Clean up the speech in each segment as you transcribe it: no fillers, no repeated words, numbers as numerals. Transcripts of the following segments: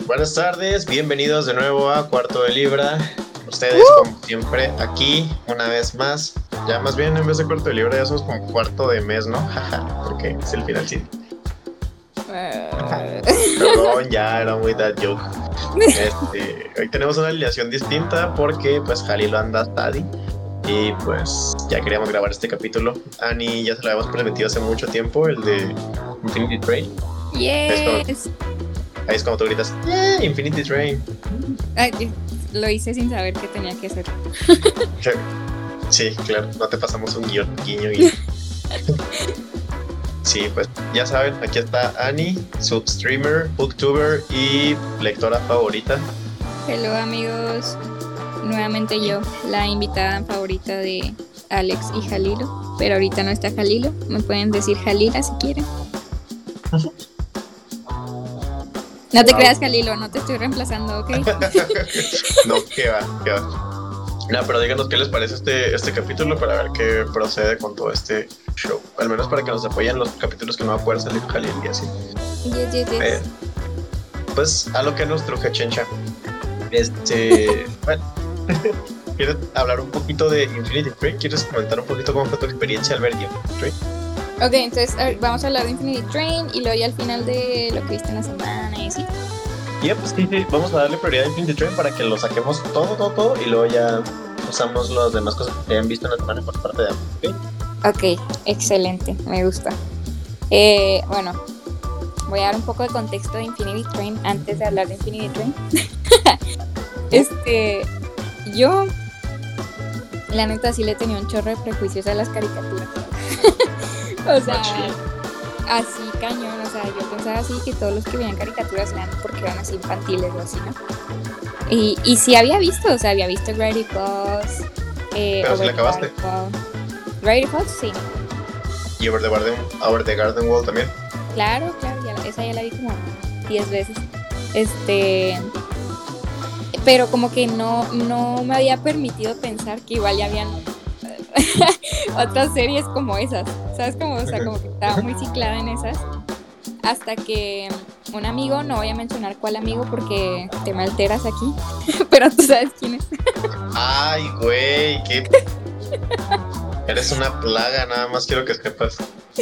Buenas tardes, bienvenidos de nuevo a Cuarto de Libra. Ustedes, como siempre, aquí una vez más. Ya más bien, en vez de Cuarto de Libra, ya somos como cuarto de mes, ¿no? Jaja, porque es el final, sí. Perdón, ya era muy that joke. Hoy tenemos una alineación distinta porque, pues, Jalilo anda study. Y pues ya queríamos grabar este capítulo. Ani ya se lo habíamos prometido hace mucho tiempo, el de Infinity Train. Yes. Ahí es como tú gritas, ¡yeah! Infinity Train. Ay, lo hice sin saber que tenía que hacer. Sí, claro, no te pasamos un guiño. Sí, pues ya saben, aquí está Ani, su streamer, booktuber y lectora favorita. Hello amigos, nuevamente yo, la invitada favorita de Alex y Jalilo, pero ahorita no está Jalilo, me pueden decir Jalila si quieren. No te creas, Jalilo, no te estoy reemplazando, ¿ok? No, qué va. No, pero díganos qué les parece este capítulo para ver qué procede con todo este show. Al menos para que nos apoyen los capítulos que no va a poder salir Jalil y así. Yes. Pues a lo que nos truje, Chencha. Bueno, ¿quieres hablar un poquito de Infinity Train? ¿Quieres comentar un poquito cómo fue tu experiencia al ver Infinity Train? Ok, entonces vamos a hablar de Infinity Train y luego ya al final de lo que viste en la semana y así. Y pues sí, vamos a darle prioridad a Infinity Train para que lo saquemos todo y luego ya usamos las demás cosas que hayan visto en la semana por parte de Amazon, ¿ok? Ok, excelente, me gusta. Bueno, voy a dar un poco de contexto de Infinity Train antes de hablar de Infinity Train. Yo, la neta, sí le tenía un chorro de prejuicios a las caricaturas. O sea, así cañón, o sea, yo pensaba así que todos los que veían caricaturas eran porque eran así infantiles o así, ¿no? Y sí había visto Gravity Falls. Pero si la acabaste. Gravity Falls, sí. Y Over the Garden Wall también. Claro, esa ya la vi como 10 veces. Pero como que no me había permitido pensar que igual ya habían otras series como esas, ¿sabes? Como que estaba muy ciclada en esas. Hasta que un amigo, no voy a mencionar cuál amigo porque te me alteras aquí, pero tú sabes quién es. Ay, güey, qué... Eres una plaga, nada más quiero que sepas.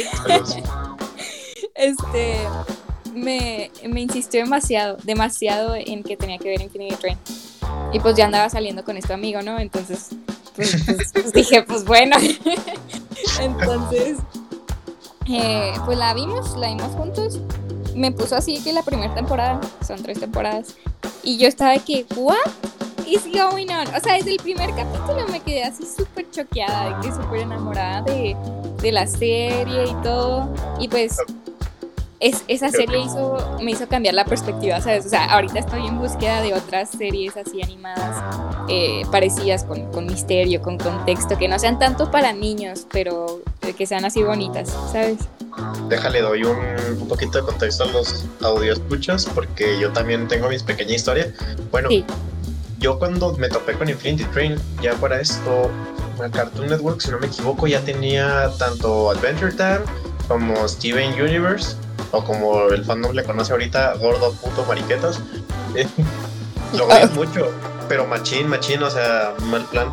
Me insistió demasiado en que tenía que ver Infinity Train. Y pues ya andaba saliendo con este amigo, ¿no? Entonces, pues dije, pues bueno. Entonces, pues la vimos juntos. Me puso así que la primera temporada, son 3 temporadas. Y yo estaba de que, ¿what is going on? O sea, desde el primer capítulo me quedé así súper choqueada, de que súper enamorada de la serie y todo. Y pues esa serie me hizo cambiar la perspectiva, ¿sabes? O sea, ahorita estoy en búsqueda de otras series así animadas parecidas con misterio, con contexto, que no sean tanto para niños, pero que sean así bonitas, ¿sabes? Déjale, doy un poquito de contexto a los audioscuchas porque yo también tengo mi pequeña historia. Bueno, sí. Yo cuando me topé con Infinity Train, ya para esto, Cartoon Network, si no me equivoco, ya tenía tanto Adventure Time como Steven Universe, o como el fandom le conoce ahorita, gordo, puto, mariquetas. Lo veía mucho, pero machín, o sea, mal plan.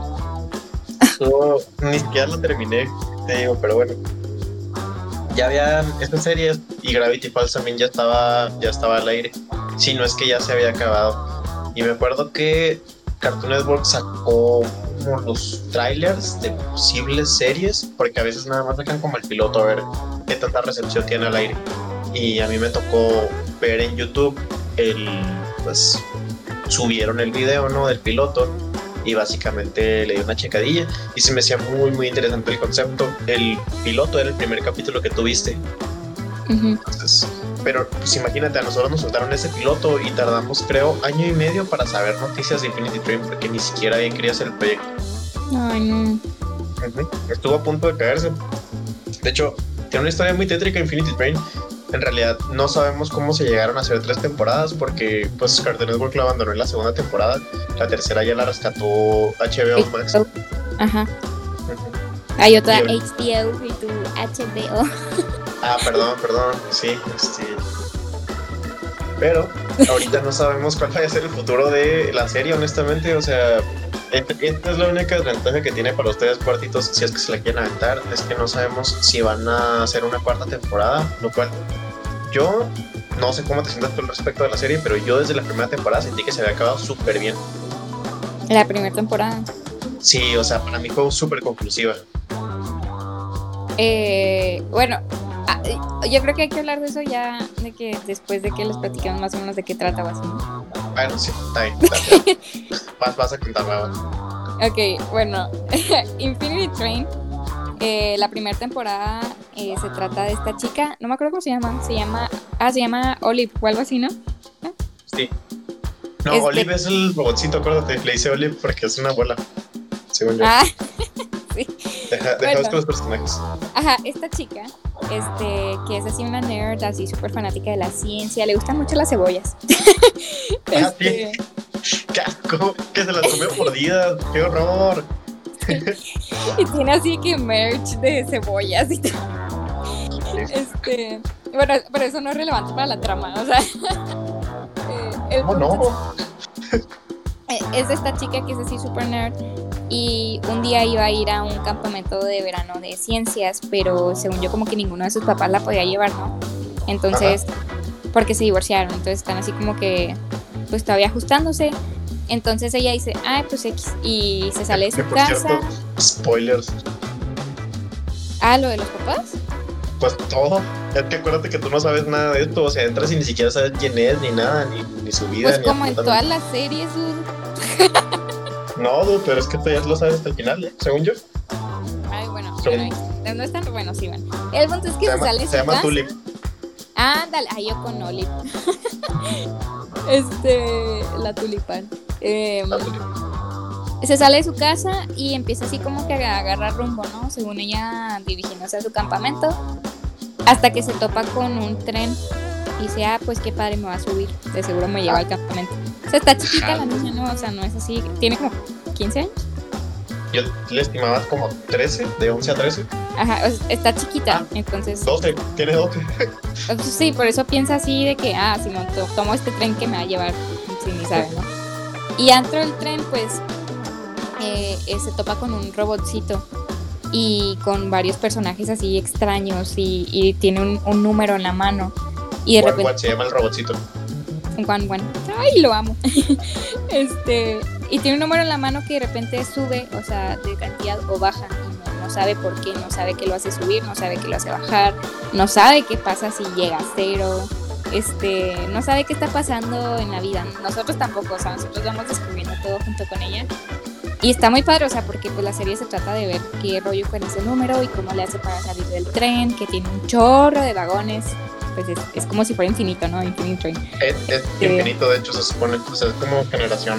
Ni siquiera lo terminé, te digo, pero bueno. Ya habían estas series y Gravity Falls también ya estaba al aire. Si no es que ya se había acabado. Y me acuerdo que Cartoon Network sacó como los trailers de posibles series, porque a veces nada más sacan como el piloto a ver qué tanta recepción tiene al aire. Y a mí me tocó ver en YouTube pues subieron el video, ¿no? Del piloto. Y básicamente le di una checadilla y se me hacía muy muy interesante el concepto. El piloto era el primer capítulo que tuviste. Entonces, pero pues imagínate, a nosotros nos soltaron ese piloto y tardamos creo 1 año y medio para saber noticias de Infinity Train porque ni siquiera bien quería hacer el proyecto. Ay, no. Estuvo a punto de caerse. De hecho, tiene una historia muy tétrica Infinity Train. En realidad no sabemos cómo se llegaron a hacer 3 temporadas porque pues Cartoon Network la abandonó en la segunda temporada. La tercera ya la rescató HBO Max. Ajá. Hay otra HBO y tu HBO. Ah, perdón, sí, Pero ahorita no sabemos cuál vaya a ser el futuro de la serie, honestamente. O sea, esta es la única desventaja que tiene para ustedes, cuartitos, si es que se la quieren aventar, es que no sabemos si van a hacer una cuarta temporada, lo cual yo no sé cómo te sientas con respecto a la serie, pero yo desde la primera temporada sentí que se había acabado súper bien. La primera temporada. Sí, o sea, para mí fue súper conclusiva. Bueno, yo creo que hay que hablar de eso ya, de que después de que les platiquemos más o menos de qué trata o así, ¿no? Bueno, sí, está bien. Vas a contarme ahora. Ok, bueno, Infinity Train, la primera temporada se trata de esta chica, no me acuerdo cómo se llama Olive o algo así, ¿no? Sí. No, Olive es el robotcito, acuérdate, le hice Olive porque es una abuela, según yo. Ah, sí. Deja con los personajes. Ajá, esta chica, que es así una nerd, así súper fanática de la ciencia, le gustan mucho las cebollas. ¡Qué asco! Que se las come por días, ¡qué horror! Y tiene así que merch de cebollas y todo. Bueno, pero eso no es relevante para la trama, o sea. No. Es esta chica que es así super nerd y un día iba a ir a un campamento de verano de ciencias, pero según yo como que ninguno de sus papás la podía llevar, ¿no? Entonces, porque se divorciaron, entonces están así como que pues todavía ajustándose. Entonces ella dice, pues X, y se sale de su casa. Cierto, spoilers. ¿Lo de los papás? Pues todo. Es que acuérdate que tú no sabes nada de esto. O sea, entras y ni siquiera sabes quién es, ni nada, ni su vida. Pues ni como en todas las series. No, pero es que tú ya lo sabes hasta el final, según yo. Ay, bueno, no es tan bueno, sí, bueno. El punto es que se sale de su casa. Se llama Tulip. Ándale, yo con Olive. La tulipán. Se sale de su casa y empieza así como que a agarrar rumbo, ¿no? Según ella dirigiéndose a su campamento, hasta que se topa con un tren y dice, pues qué padre, me va a subir, de seguro me lleva al campamento. O sea, está chiquita la niña, ¿no? O sea, no es así, tiene como 15 años. Yo le estimaba como 13, de 11 a 13. Ajá, está chiquita, entonces... 12, tiene 12. Sí, por eso piensa así de que, si no, tomo este tren que me va a llevar, sin ni sabe, ¿no? Y dentro del tren, pues, se topa con un robotcito y con varios personajes así extraños y tiene un número en la mano. Y de repente... se llama el robotcito. Juan. ¡Ay, lo amo! Y tiene un número en la mano que de repente sube, o sea, de cantidad o baja. No sabe por qué, no sabe qué lo hace subir, no sabe qué lo hace bajar, no sabe qué pasa si llega a cero. No sabe qué está pasando en la vida. Nosotros tampoco, o sea, nosotros vamos descubriendo todo junto con ella. Y está muy padre, o sea, porque pues la serie se trata de ver qué rollo con ese número y cómo le hace para salir del tren, que tiene un chorro de vagones. Pues es como si fuera infinito, ¿no? Infinite Train. Es infinito, de hecho, se supone que es como generación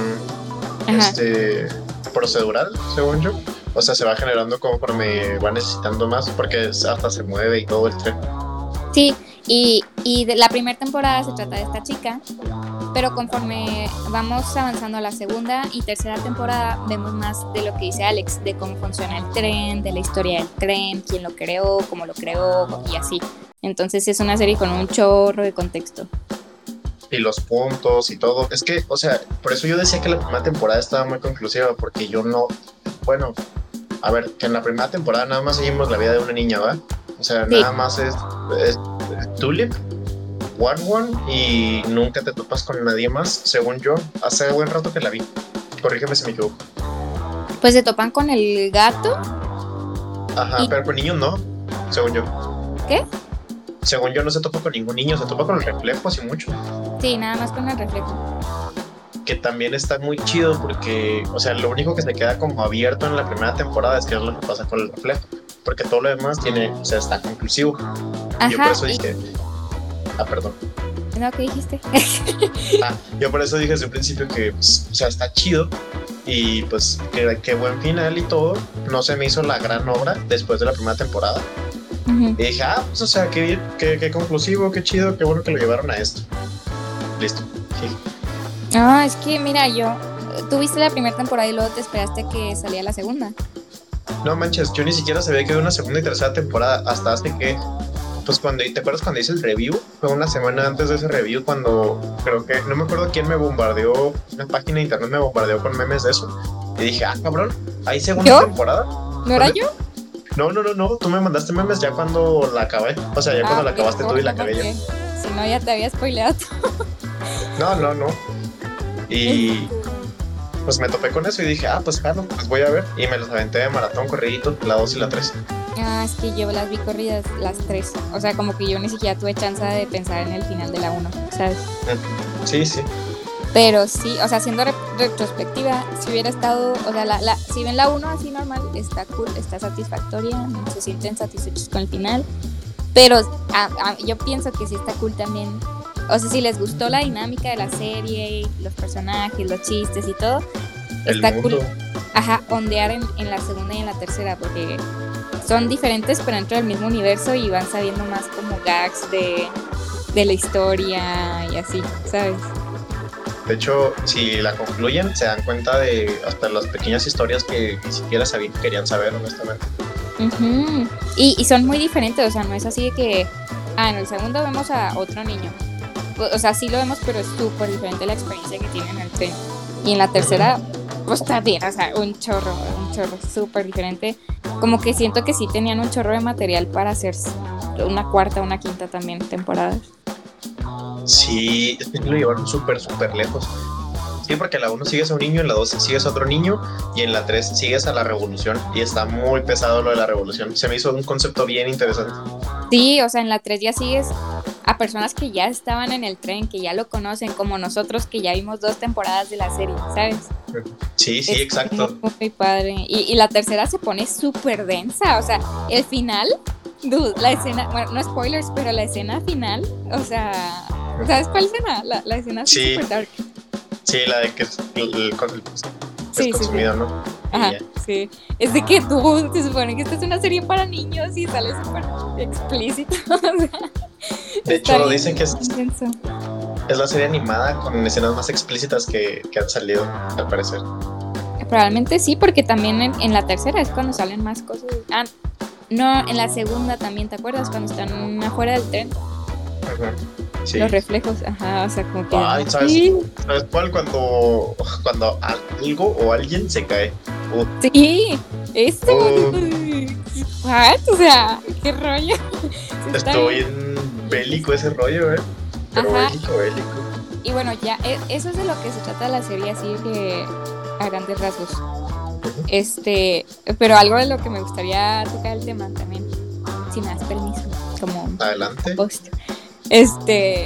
procedural, según yo. O sea, se va generando conforme va necesitando más, porque hasta se mueve y todo el tren. Sí, y de la primera temporada se trata de esta chica, pero conforme vamos avanzando a la segunda y tercera temporada vemos más de lo que dice Alex, de cómo funciona el tren, de la historia del tren, quién lo creó, cómo lo creó y así. Entonces es una serie con un chorro de contexto. Y los puntos y todo. Es que, o sea, por eso yo decía que la primera temporada estaba muy conclusiva, porque yo no... Bueno, a ver, que en la primera temporada nada más seguimos la vida de una niña, ¿va? O sea, sí. Nada más es Tulip, One, y nunca te topas con nadie más, según yo. Hace buen rato que la vi. Corrígeme si me equivoco. Pues se topan con el gato. Ajá, pero con niños no, según yo. ¿Qué? Según yo no se topa con ningún niño, se topa con el reflejo así mucho. Sí, nada más con el reflejo. Que también está muy chido porque, o sea, lo único que se queda como abierto en la primera temporada es que es lo que pasa con el reflejo. Porque todo lo demás tiene, o sea, está conclusivo. Ajá, yo por eso dije... perdón. No, ¿qué dijiste? Yo por eso dije desde el principio que, pues, o sea, está chido. Y pues, que buen final y todo. No se me hizo la gran obra después de la primera temporada. Uh-huh. Y dije, pues, o sea, qué conclusivo, qué chido, qué bueno que lo llevaron a esto. Listo. Sí. Es que, mira, tú viste la primera temporada y luego te esperaste a que salía la segunda. No manches, yo ni siquiera sabía que había una segunda y tercera temporada hasta hace que pues ¿te acuerdas cuando hice el review? Fue una semana antes de ese review cuando creo que, no me acuerdo quién me bombardeó, una página de internet me bombardeó con memes de eso. Y dije, cabrón, ¿hay segunda temporada? ¿No era yo? No, tú me mandaste memes ya cuando la acabé. O sea, ya cuando la acabaste tú y la acabé yo. Si no, ya te había spoileado todo. No. Y pues me topé con eso y dije, pues claro, pues voy a ver. Y me los aventé de maratón, corridito, la 2 y la 3. Es que yo las vi corridas las 3. O sea, como que yo ni siquiera tuve chance de pensar en el final de la 1, ¿sabes? Sí. Pero sí, o sea, haciendo retrospectiva, si hubiera estado, o sea, si ven la 1 así normal, está cool, está satisfactoria, se sienten satisfechos con el final. Pero yo pienso que sí está cool también. O sea, si les gustó la dinámica de la serie, los personajes, los chistes y todo, está cool. Ondear en la segunda y en la tercera, porque son diferentes pero dentro del mismo universo y van sabiendo más como gags de la historia y así, ¿sabes? De hecho, si la concluyen, se dan cuenta de hasta las pequeñas historias que ni siquiera querían saber, honestamente. Uh-huh. Y son muy diferentes, o sea, no es así de que en el segundo vemos a otro niño. O sea, sí lo vemos, pero es súper diferente la experiencia que tienen en el tren. Y en la tercera, pues también, o sea, un chorro, súper diferente. Como que siento que sí tenían un chorro de material para hacer una cuarta, una quinta también temporadas. Sí, es que lo llevaron súper lejos. Sí, porque en la 1 sigues a un niño, en la 2 sigues a otro niño y en la 3 sigues a la revolución y está muy pesado lo de la revolución. Se me hizo un concepto bien interesante. Sí, o sea, en la 3 ya sigues a personas que ya estaban en el tren, que ya lo conocen, como nosotros que ya vimos 2 temporadas de la serie, ¿sabes? Sí, exacto. Muy padre. Y la tercera se pone súper densa, o sea, el final, dude, la escena, bueno, no spoilers, pero la escena final, o sea, ¿sabes cuál escena? La escena sí. Super dark. Sí, la de que es consumido, ¿no? Sí. Es de que tú, se supone que esta es una serie para niños y sale súper explícito. O sea, de hecho, dicen que es la serie animada con escenas más explícitas que han salido, al parecer. Probablemente sí, porque también en la tercera es cuando salen más cosas. No, en la segunda también, ¿te acuerdas? Cuando están afuera del tren. Sí. Los reflejos, o sea, como que... ¿Sabes cuál? Cuando algo o alguien se cae. Sí, eso. What? O sea, qué rollo. Estoy en bélico ese rollo, Pero bélico. Y bueno, ya, eso es de lo que se trata la serie, así que a grandes rasgos. Pero algo de lo que me gustaría tocar el tema también, si me das permiso, como... Adelante. Post. Es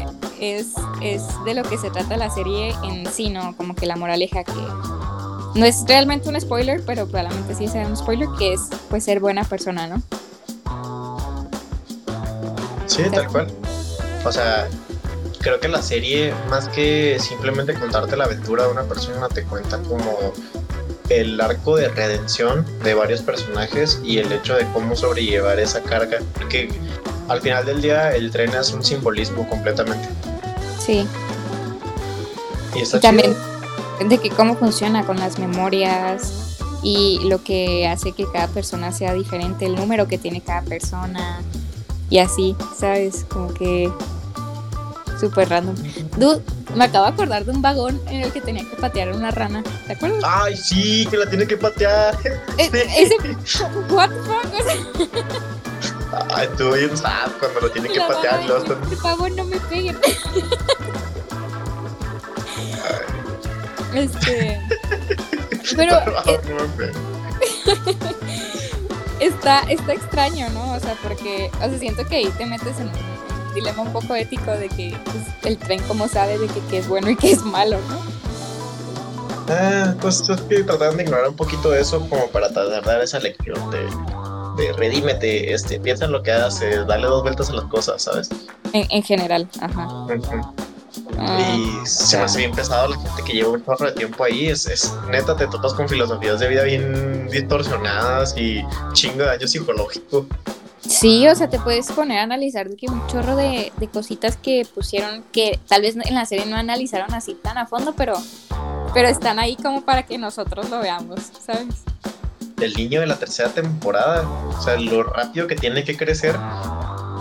de lo que se trata la serie en sí, ¿no? Como que la moraleja, que no es realmente un spoiler, pero probablemente sí sea un spoiler, que es pues ser buena persona, ¿no? Sí, tal cual. O sea, creo que la serie, más que simplemente contarte la aventura de una persona, te cuenta como el arco de redención de varios personajes y el hecho de cómo sobrellevar esa carga, porque al final del día el tren es un simbolismo completamente. Sí. Y está también chido. De que cómo funciona con las memorias y lo que hace que cada persona sea diferente, el número que tiene cada persona y así, ¿sabes? Como que súper random. Dude, me acabo de acordar de un vagón en el que tenía que patear a una rana, ¿te acuerdas? Ay, sí, que la tiene que patear. What the fuck? Ay, estuvo bien sad cuando lo tiene que patear. Por favor, no me peguen. Pero por favor, no me peguen. Está extraño, ¿no? O sea, porque, siento que ahí te metes en un dilema un poco ético de que pues, el tren como sabe de que qué es bueno y qué es malo, ¿no? Pues es que trataron de ignorar un poquito de eso como para tratar de dar esa lección de redímete, piensa en lo que haces, dale 2 vueltas a las cosas, ¿sabes? En general, ajá. Y se me hace bien pesado la gente que lleva un chorro de tiempo ahí, es neta, te topas con filosofías de vida bien distorsionadas y chingo de daño psicológico. Sí, o sea, te puedes poner a analizar que un chorro de cositas que pusieron que tal vez en la serie no analizaron así tan a fondo, pero están ahí como para que nosotros lo veamos, ¿sabes? El niño de la tercera temporada, o sea, lo rápido que tiene que crecer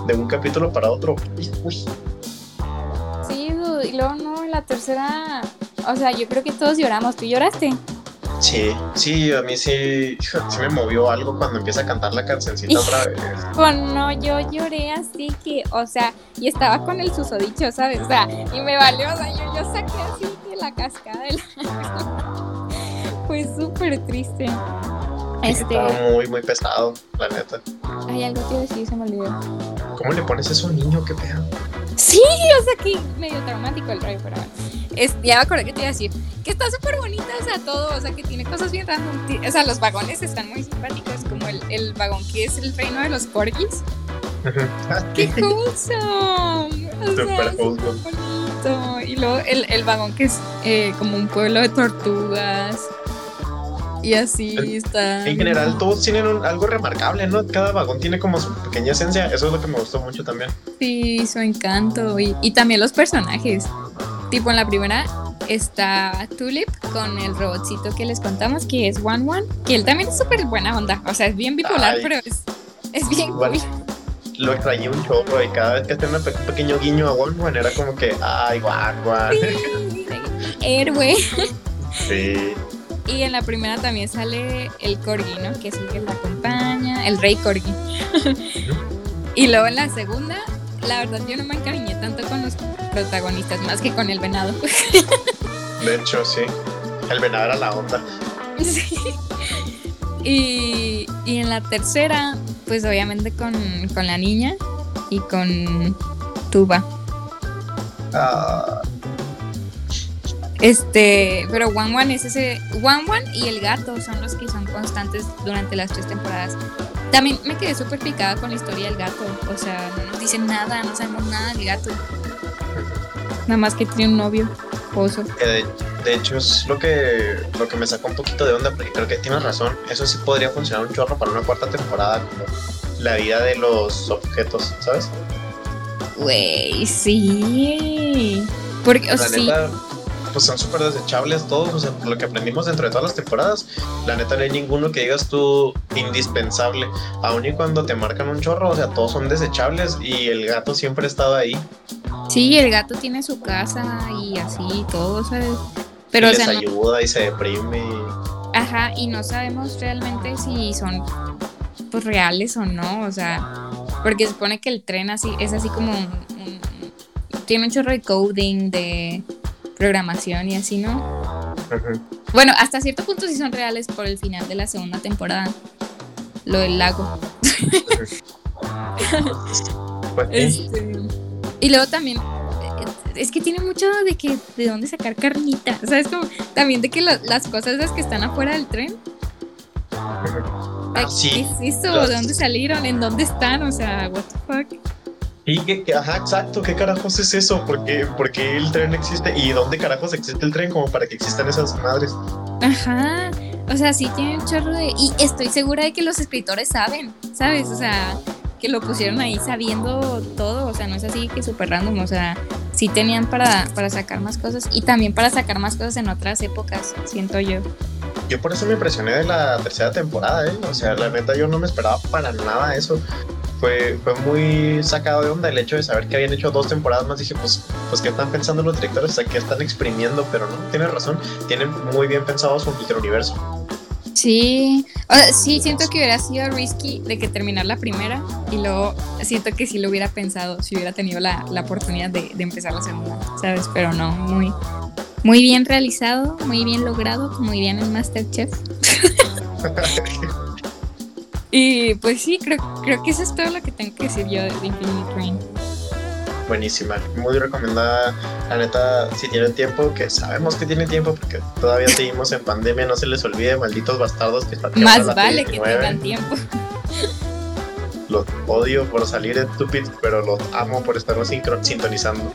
de un capítulo para otro. Uy. Sí, dude, y luego no, en la tercera, o sea, yo creo que todos lloramos. ¿Tú lloraste? Sí, a mí sí me movió algo cuando empieza a cantar la cancioncita otra vez. No, yo lloré así que, o sea, y estaba con el susodicho, ¿sabes? O sea, y me valió, o sea, yo saqué así de la cascada de la... Fue súper triste. Estaba muy, muy pesado, la neta. Hay algo que decir, se me olvidó. ¿Cómo le pones eso a un niño? ¿Qué pedo? Sí, o sea, que medio traumático el rollo, pero bueno. Ya me acordé que te iba a decir que está súper bonita, o sea, todo, o sea, que tiene cosas bien random. O sea, los vagones están muy simpáticos, como el vagón que es el reino de los corgis. ¡Qué wholesome! Súper wholesome. Bonito. Y luego el vagón que es como un pueblo de tortugas. Y así está. En general, todos tienen algo remarcable, ¿no? Cada vagón tiene como su pequeña esencia. Eso es lo que me gustó mucho también. Sí, su encanto. Y también los personajes. Tipo, en la primera está Tulip con el robotcito que les contamos, que es Wan Wan. Que él también es súper buena onda. O sea, es bien bipolar, pero es bien cool. Lo extrañé un chorro y cada vez que hacía un pequeño guiño a Wan Wan era como que, ¡ay, Wan Wan! Sí, héroe. Sí. Y en la primera también sale el corgi, ¿no? Que es el que la acompaña, el rey corgi. Y luego en la segunda, la verdad yo no me encariñé tanto con los protagonistas, más que con el venado. De hecho, sí. El venado era la onda. Sí. Y en la tercera, pues obviamente con la niña y con Tuba. Pero Wan Wan es ese. Wan Wan y el gato son los que son constantes durante las 3 temporadas. También me quedé súper picada con la historia del gato. O sea, no nos dicen nada, no sabemos nada del gato. Nada más que tiene un novio, esposo. De hecho, es lo que me sacó un poquito de onda, porque creo que tienes razón. Eso sí podría funcionar un chorro para una 4ª temporada, como la vida de los objetos, ¿sabes? Güey, sí. Porque, o sea, neta, pues son súper desechables todos, o sea, por lo que aprendimos dentro de todas las temporadas, la neta no hay ninguno que digas tú indispensable, aun y cuando te marcan un chorro, o sea, todos son desechables y el gato siempre ha estado ahí. Sí, el gato tiene su casa y así, todo, ¿sabes? Pero, y les ayuda y se deprime. Ajá, y no sabemos realmente si son pues reales o no, o sea, porque se supone que el tren así es así como tiene un chorro de coding, de programación y así, ¿no? Uh-huh. Bueno, hasta cierto punto sí son reales por el final de la 2ª temporada. Lo del lago. Y luego también es que tiene mucho de dónde sacar carnita, ¿sabes? Como también de que las cosas las que están afuera del tren. Sí, ¿qué es eso? ¿De dónde salieron? ¿En dónde están? O sea, what the fuck. Y ajá, exacto, ¿qué carajos es eso? ¿Por qué el tren existe? ¿Y dónde carajos existe el tren como para que existan esas madres? Ajá, o sea, sí tiene un chorro de... Y estoy segura de que los escritores saben, ¿sabes? O sea, que lo pusieron ahí sabiendo todo, o sea, no es así que súper random, o sea, sí tenían para sacar más cosas y también para sacar más cosas en otras épocas, siento yo. Yo por eso me impresioné de la 3ª temporada, o sea, la neta yo no me esperaba para nada eso. Fue muy sacado de onda el hecho de saber que habían hecho 2 temporadas más. Dije, pues ¿qué están pensando los directores? O sea, ¿qué están exprimiendo? Pero no, tienes razón, tienen muy bien pensado su microuniverso. Sí, o sea, sí, siento que hubiera sido risky de que terminar la primera y luego siento que sí lo hubiera pensado si hubiera tenido la oportunidad de empezar la segunda, ¿sabes? Pero no, muy bien realizado, muy bien logrado, como dirían en MasterChef. Y pues sí, creo que eso es todo lo que tengo que decir yo de Infinite Train. Buenísima, muy recomendada. La neta, si tienen tiempo, que sabemos que tienen tiempo porque todavía seguimos en pandemia, no se les olvide, malditos bastardos que están. Más vale que tengan tiempo. Los odio por salir estúpidos, pero los amo por estarnos sintonizando.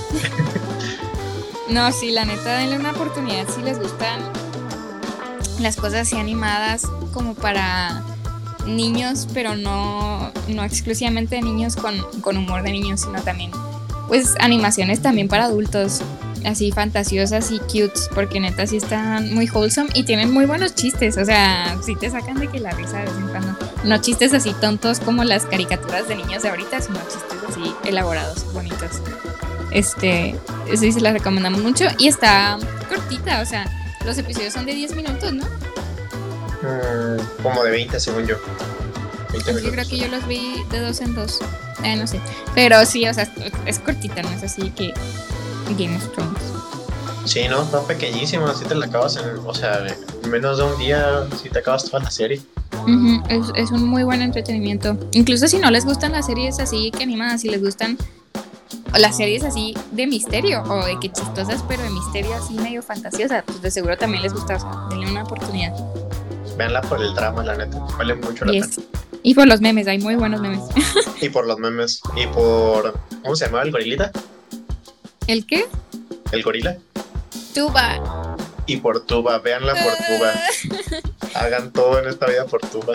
No, sí, la neta, denle una oportunidad si les gustan las cosas así animadas como para niños, pero no exclusivamente de niños con humor de niños, sino también pues animaciones también para adultos. así fantasiosas y cutes, porque neta sí están muy wholesome y tienen muy buenos chistes, o sea, sí te sacan de que la risa de vez en cuando. No chistes así tontos como las caricaturas de niños de ahorita, sino chistes así elaborados, bonitos. Sí se las recomendamos mucho y está cortita, o sea, los episodios son de 10 minutos, ¿no? Como de 20 según yo. 20 Yo creo que yo los vi de 2 en 2, no sé, pero sí, o sea, es cortita, no es así que Game of Thrones. Sí, no, está pequeñísima, así te la acabas o sea, en menos de un día, si te acabas toda la serie. Es un muy buen entretenimiento. Incluso si no les gustan las series así que animadas, si les gustan las series así de misterio o de que chistosas, pero de misterio así medio fantasiosa, pues de seguro también les gusta, o sea, denle una oportunidad. Véanla por el drama, la neta, vale mucho la pena. Y por los memes, hay muy buenos memes. Y por los memes, y por... ¿Cómo se llamaba el gorilita? ¿El qué? ¿El gorila? Tuba. Y por Tuba, véanla por Tuba. Hagan todo en esta vida por Tuba.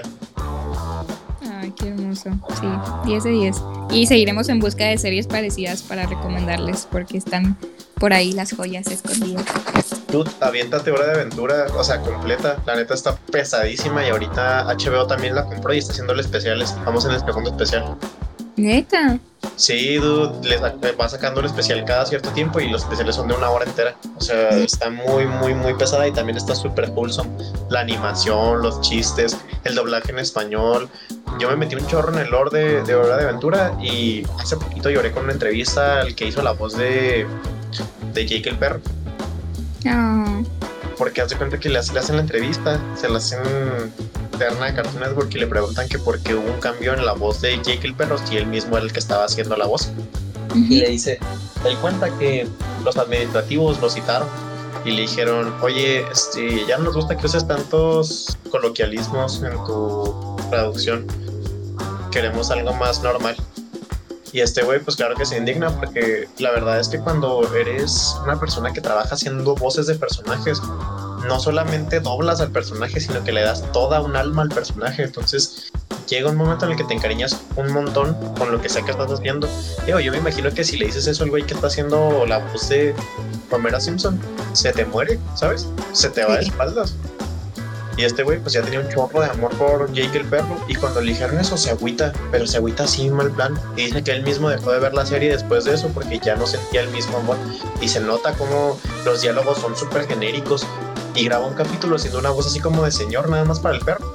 Ay, qué hermoso. Sí, 10 de 10. Y seguiremos en busca de series parecidas para recomendarles, porque están por ahí las joyas escondidas. Tú, aviéntate Hora de Aventura, o sea, completa. La neta está pesadísima y ahorita HBO también la compró y está haciéndole especiales. Vamos en el segundo especial. ¿Neta? Sí, dude, va sacando el especial cada cierto tiempo y los especiales son de 1 hora entera. O sea, está muy, muy, muy pesada y también está súper wholesome. La animación, los chistes, el doblaje en español. Yo me metí un chorro en el lore de Hora de Aventura y hace poquito lloré con una entrevista al que hizo la voz de Jake el perro. Oh. Porque hace cuenta que le hacen la entrevista, se la hacen interna de Cartoon Network y le preguntan que por qué hubo un cambio en la voz de Jake el perro si él mismo era el que estaba haciendo la voz. Y le dice, él cuenta que los administrativos lo citaron y le dijeron, oye, ya no nos gusta que uses tantos coloquialismos en tu traducción, queremos algo más normal. Y güey, pues claro que se indigna porque la verdad es que cuando eres una persona que trabaja haciendo voces de personajes, no solamente doblas al personaje, sino que le das toda un alma al personaje. Entonces llega un momento en el que te encariñas un montón con lo que sea que estás haciendo. Yo me imagino que si le dices eso al güey que está haciendo la voz de Homero Simpson, se te muere, ¿sabes? Se te va de espaldas. Y güey pues ya tenía un chorro de amor por Jake el perro y cuando le dijeron eso se agüita, pero se agüita así mal plan y dice que él mismo dejó de ver la serie después de eso porque ya no sentía el mismo amor y se nota como los diálogos son súper genéricos y graba un capítulo haciendo una voz así como de señor nada más para el perro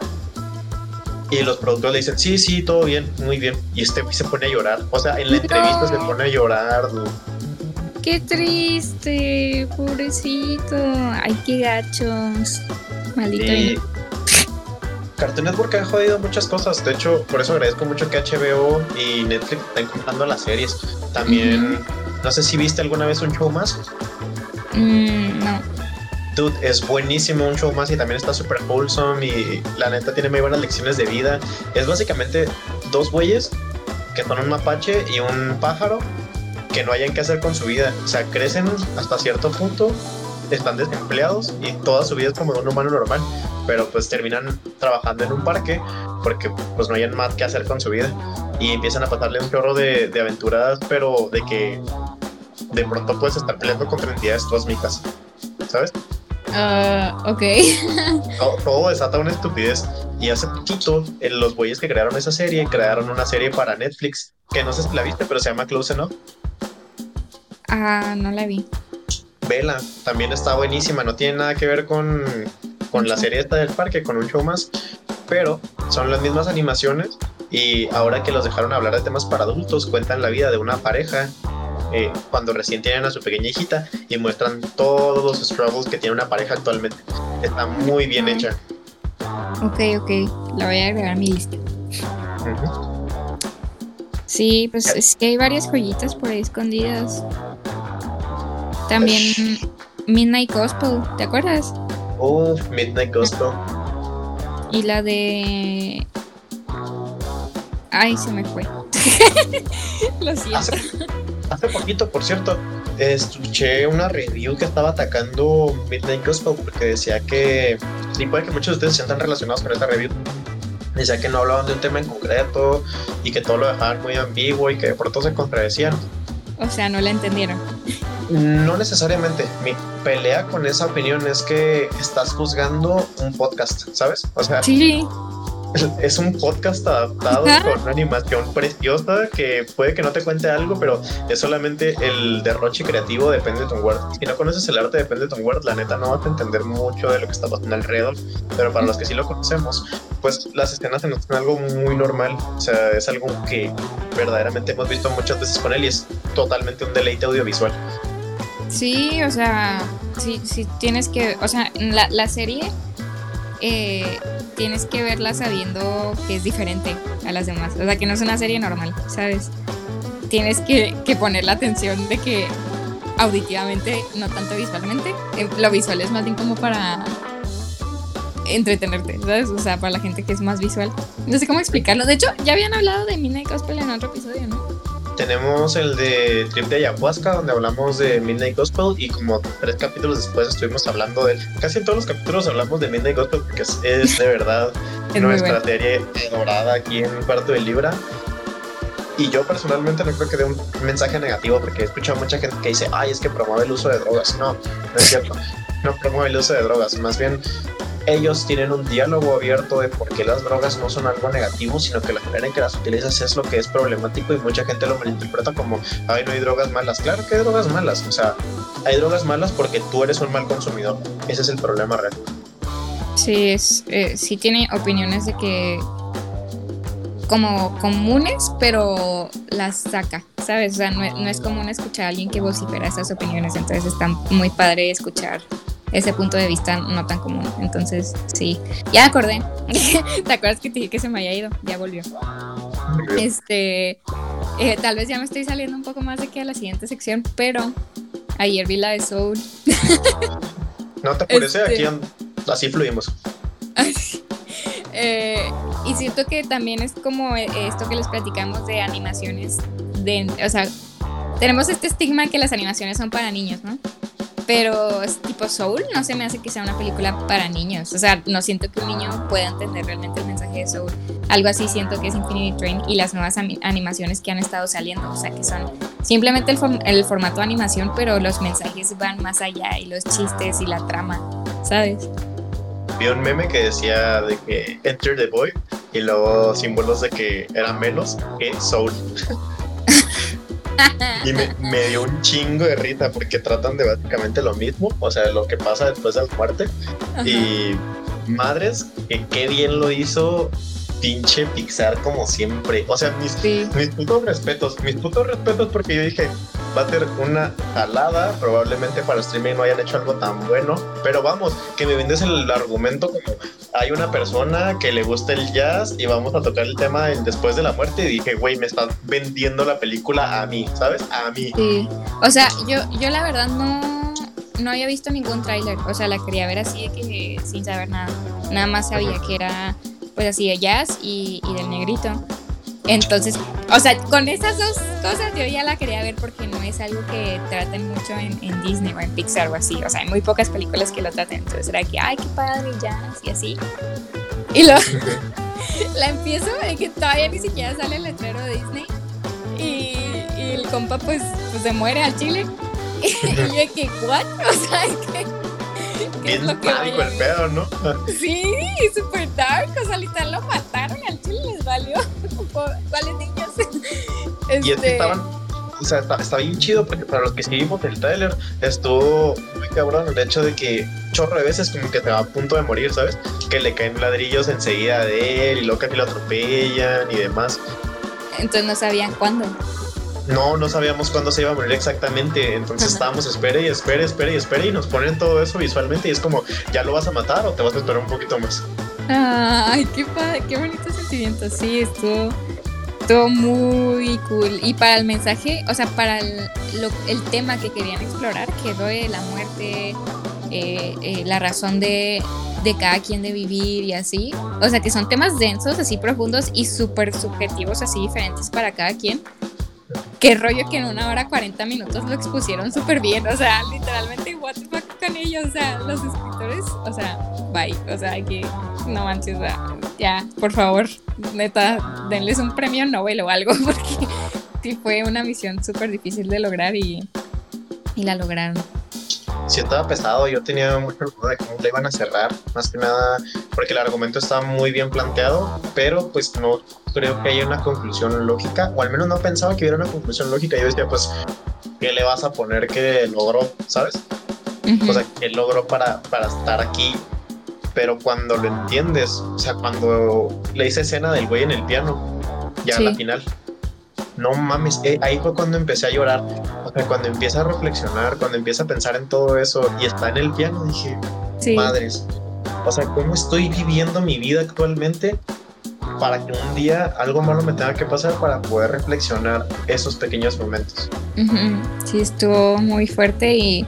y los productores le dicen sí, todo bien, muy bien y güey se pone a llorar, o sea en la entrevista se pone a llorar. Qué triste, pobrecito. Ay, qué gachos. Maldito. Cartoon Network ha jodido muchas cosas. De hecho, por eso agradezco mucho que HBO y Netflix estén comprando las series. También, no sé si viste alguna vez un show más. No. Dude, es buenísimo un show más y también está súper wholesome y la neta tiene muy buenas lecciones de vida. Es básicamente 2 güeyes que son un mapache y un pájaro que no hayan qué hacer con su vida. O sea, crecen hasta cierto punto, están desempleados y toda su vida es como de un humano normal, pero pues terminan trabajando en un parque porque pues no hayan más que hacer con su vida y empiezan a pasarle un chorro de aventuras, pero de que de pronto puedes estar peleando contra entidades cósmicas, ¿sabes? Ok. Todo desata una estupidez y hace poquito los güeyes que crearon esa serie crearon una serie para Netflix que no sé si la viste, pero se llama Close Enough. No la vi. Vela, también está buenísima, no tiene nada que ver con la serie esta del parque, con un show más, pero son las mismas animaciones y ahora que los dejaron hablar de temas para adultos, cuentan la vida de una pareja cuando recién tienen a su pequeña hijita y muestran todos los struggles que tiene una pareja actualmente. Está muy bien hecha. Ok, la voy a agregar a mi lista. Sí, pues es que hay varias joyitas por ahí escondidas. También Midnight Gospel, ¿te acuerdas? Midnight Gospel. Y la de... Ay, se me fue. Lo siento. Hace poquito, por cierto, escuché una review que estaba atacando Midnight Gospel porque decía que... Sí, puede que muchos de ustedes se sientan relacionados con esta review. Decía que no hablaban de un tema en concreto y que todo lo dejaban muy ambiguo y que de pronto se contradecían. O sea, no la entendieron. No necesariamente. Mi pelea con esa opinión es que estás juzgando un podcast, ¿sabes? O sea, sí. Es un podcast adaptado con una animación preciosa que puede que no te cuente algo, pero es solamente el derroche creativo de Pendleton Ward. Si no conoces el arte de Pendleton Ward, la neta no vas a entender mucho de lo que está pasando alrededor, pero para los que sí lo conocemos, pues las escenas se nos hacen algo muy normal. O sea, es algo que verdaderamente hemos visto muchas veces con él y es totalmente un deleite audiovisual. Sí, o sea, sí tienes que, o sea, la serie tienes que verla sabiendo que es diferente a las demás, o sea, que no es una serie normal, ¿sabes? Tienes que poner la atención de que auditivamente, no tanto visualmente, lo visual es más bien como para entretenerte, ¿sabes? O sea, para la gente que es más visual. No sé cómo explicarlo. De hecho, ya habían hablado de Midnight Gospel en otro episodio, ¿no? Tenemos el de Trip de Ayahuasca, donde hablamos de Midnight Gospel, y como 3 capítulos después estuvimos hablando de él. Casi en todos los capítulos hablamos de Midnight Gospel porque es de verdad nuestra serie dorada aquí en Cuarto de Libra. Y yo personalmente no creo que dé un mensaje negativo, porque he escuchado mucha gente que dice, ay, es que promueve el uso de drogas. No, no es cierto. No promueve el uso de drogas, más bien ellos tienen un diálogo abierto de por qué las drogas no son algo negativo, sino que la manera en que las utilizas es lo que es problemático, y mucha gente lo malinterpreta como, ay, no hay drogas malas. Claro que hay drogas malas, o sea, hay drogas malas porque tú eres un mal consumidor. Ese es el problema real. Sí, sí tiene opiniones de que como comunes, pero las saca, ¿sabes? O sea, no es común escuchar a alguien que vocifera esas opiniones, entonces está muy padre escuchar ese punto de vista no tan común. Entonces, sí. Ya me acordé. ¿Te acuerdas que te dije que se me había ido? Ya volvió. Tal vez ya me estoy saliendo un poco más de que a la siguiente sección, pero ayer vi la de Soul. No te apures, aquí así fluimos. Y siento que también es como esto que les platicamos de animaciones. O sea, tenemos este estigma que las animaciones son para niños, ¿no? Pero es tipo Soul, no se me hace que sea una película para niños. O sea, no siento que un niño pueda entender realmente el mensaje de Soul. Algo así siento que es Infinity Train y las nuevas animaciones que han estado saliendo. O sea, que son simplemente el formato de animación, pero los mensajes van más allá, y los chistes y la trama, ¿sabes? Vi un meme que decía de que Enter the Void y luego símbolos de que era menos que Soul. Y me dio un chingo de risa porque tratan de básicamente lo mismo, o sea, lo que pasa después de la muerte. Ajá. Y madres, que qué bien lo hizo pinche Pixar como siempre. O sea, mis putos respetos porque yo dije, va a ser una jalada, probablemente para streaming no hayan hecho algo tan bueno, pero vamos, que me vendes el argumento como hay una persona que le gusta el jazz y vamos a tocar el tema después de la muerte, y dije, güey, me estás vendiendo la película a mí, ¿sabes? A mí. Sí, o sea, yo la verdad no había visto ningún tráiler, o sea, la quería ver así de que sin saber nada más sabía que era pues así de jazz y del negrito. Entonces, o sea, con esas dos cosas yo ya la quería ver, porque no es algo que traten mucho en Disney o en Pixar o así. O sea, hay muy pocas películas que lo traten. Entonces era que, ay, qué padre, jazz y así. Y luego la empiezo de que todavía ni siquiera sale el letrero de Disney. Y el compa pues se muere al chile. Y yo de que, ¿what? O sea, ¿qué es lo que pánico el pedo, ¿no? Sí, super dark. O sea, literal lo mataron y al chile les valió. ¿Cuáles niños? Y es que estaban, o sea, está bien chido, porque para los que seguimos el trailer estuvo muy cabrón el hecho de que chorro de veces como que te va a punto de morir, ¿sabes? Que le caen ladrillos enseguida de él y luego que lo atropellan y demás. Entonces no sabían cuándo. No sabíamos cuándo se iba a morir exactamente, entonces estábamos espere y nos ponen todo eso visualmente y es como, ¿ya lo vas a matar o te vas a esperar un poquito más? Ay, qué padre, qué bonito sentimiento. Sí, estuvo muy cool. Y para el mensaje, o sea, para el tema que querían explorar, que fue la muerte, la razón de cada quien de vivir y así. O sea, que son temas densos, así profundos y súper subjetivos, así diferentes para cada quien. Qué rollo que en 1 hora 40 minutos lo expusieron súper bien. O sea, literalmente, what the fuck con ellos. O sea, los escritores, o sea, bye. O sea, que no manches, o sea, ya, por favor, neta, denles un premio Nobel o algo, porque sí fue una misión súper difícil de lograr y y la lograron. Sí, estaba pesado, yo tenía mucha duda de cómo le iban a cerrar, más que nada porque el argumento está muy bien planteado, pero pues no creo que haya una conclusión lógica, o al menos no pensaba que hubiera una conclusión lógica. Yo decía, pues, ¿qué le vas a poner que logró, sabes? O sea, ¿qué logró para estar aquí? Pero cuando lo entiendes, o sea, cuando le hice escena del güey en el piano, ya a la final, no mames, ahí fue cuando empecé a llorar. O sea, cuando empieza a reflexionar, cuando empieza a pensar en todo eso y está en el piano, dije, madres, o sea, ¿cómo estoy viviendo mi vida actualmente para que un día algo malo me tenga que pasar para poder reflexionar esos pequeños momentos? Sí, estuvo muy fuerte y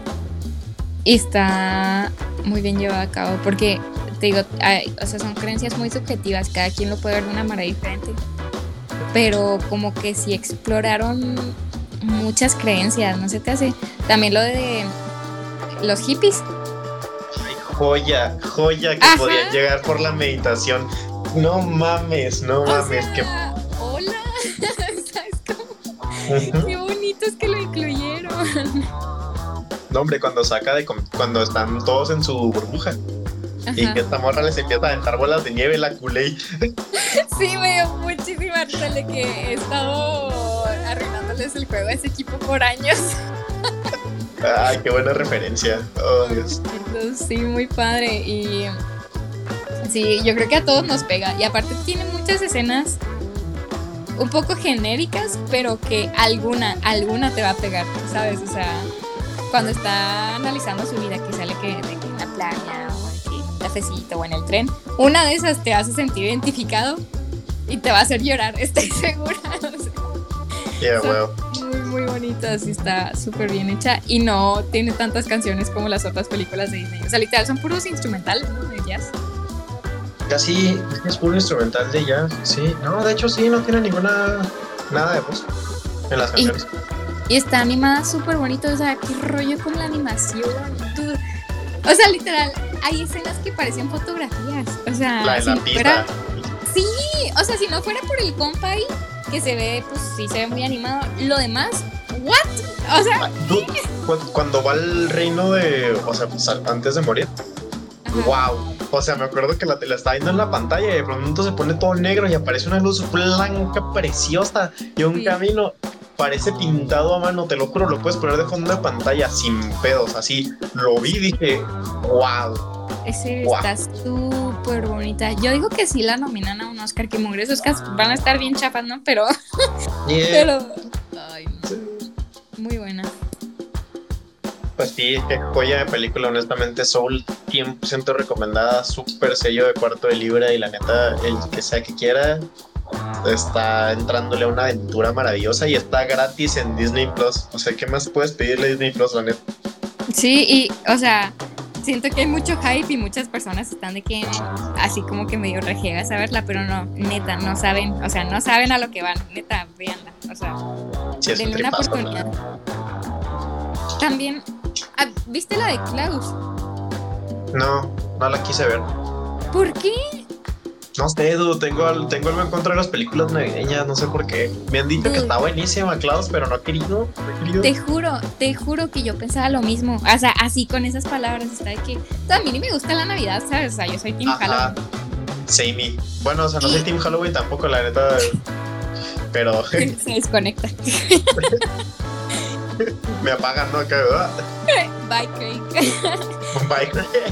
está muy bien llevado a cabo, porque te digo, o sea, son creencias muy subjetivas, cada quien lo puede ver de una manera diferente, pero como que sí exploraron muchas creencias, ¿no se te hace? También lo de los hippies. Ay, joya que podían llegar por la meditación. No mames. Que... Hola, ¿sabes cómo? Qué bonito es que lo incluyeron. No, hombre, cuando están todos en su burbuja. Y que esta morra les empieza a aventar bolas de nieve, la culé. Sí, me dio muchísima risa de que he estado arruinándoles el juego a ese equipo por años. Ay, qué buena referencia. Oh, Dios. Sí, muy padre. Y sí, yo creo que a todos nos pega. Y aparte tiene muchas escenas un poco genéricas, pero que alguna te va a pegar, ¿sabes? O sea, cuando está analizando su vida, que sale que en la playa o en un cafecito o en el tren, una de esas te hace sentir identificado y te va a hacer llorar, estoy segura. O sea, muy, muy bonitas y está súper bien hecha y no tiene tantas canciones como las otras películas de Disney. O sea, literal, son puros instrumentales, ¿no? De jazz. Casi es puro instrumental de jazz, sí. No, de hecho sí, no tiene nada de voz en las canciones. Y está animada súper bonito, o sea, qué rollo con la animación. O sea, literal, hay escenas que parecen fotografías. O sea, la de la pista. Sí, o sea, si no fuera por el compa ahí, que se ve, pues sí se ve muy animado. Lo demás, ¿what? O sea, cuando va al reino de, o sea, pues, antes de morir. Wow. O sea, me acuerdo que la estaba viendo en la pantalla y de pronto se pone todo negro y aparece una luz blanca preciosa y un camino. Parece pintado a mano, te lo juro, lo puedes poner de fondo de pantalla sin pedos, así. Lo vi y dije, wow. Está súper bonita. Yo digo que sí la nominan a un Oscar, que mugres Oscars van a estar bien chafas, ¿no? Pero, ay, muy buena. Pues sí, qué joya de película, honestamente. Soul 100% recomendada, súper sello de cuarto de libra y la neta, el que sea que quiera, está entrándole a una aventura maravillosa y está gratis en Disney Plus. O sea, ¿qué más puedes pedirle a Disney Plus, la neta? Sí, y, o sea, siento que hay mucho hype y muchas personas están de que así como que medio rejiegas a verla, pero no, neta, no saben, o sea, no saben a lo que van, neta, véanla, o sea, sí, denle una oportunidad. También, ¿viste la de Klaus? No la quise ver. ¿Por qué? No sé, Edu, tengo algo en contra de las películas navideñas, no sé por qué. Me han dicho que está buenísima, Klaus, pero no he querido. Te juro que yo pensaba lo mismo. O sea, así con esas palabras, está de que a mí ni me gusta la Navidad, ¿sabes? O sea, yo soy Team Halloween. Samey. Bueno, o sea, no soy Team Halloween tampoco, la neta. Pero. Se desconecta. Me apagan, ¿no? Bye, Craig. Bye,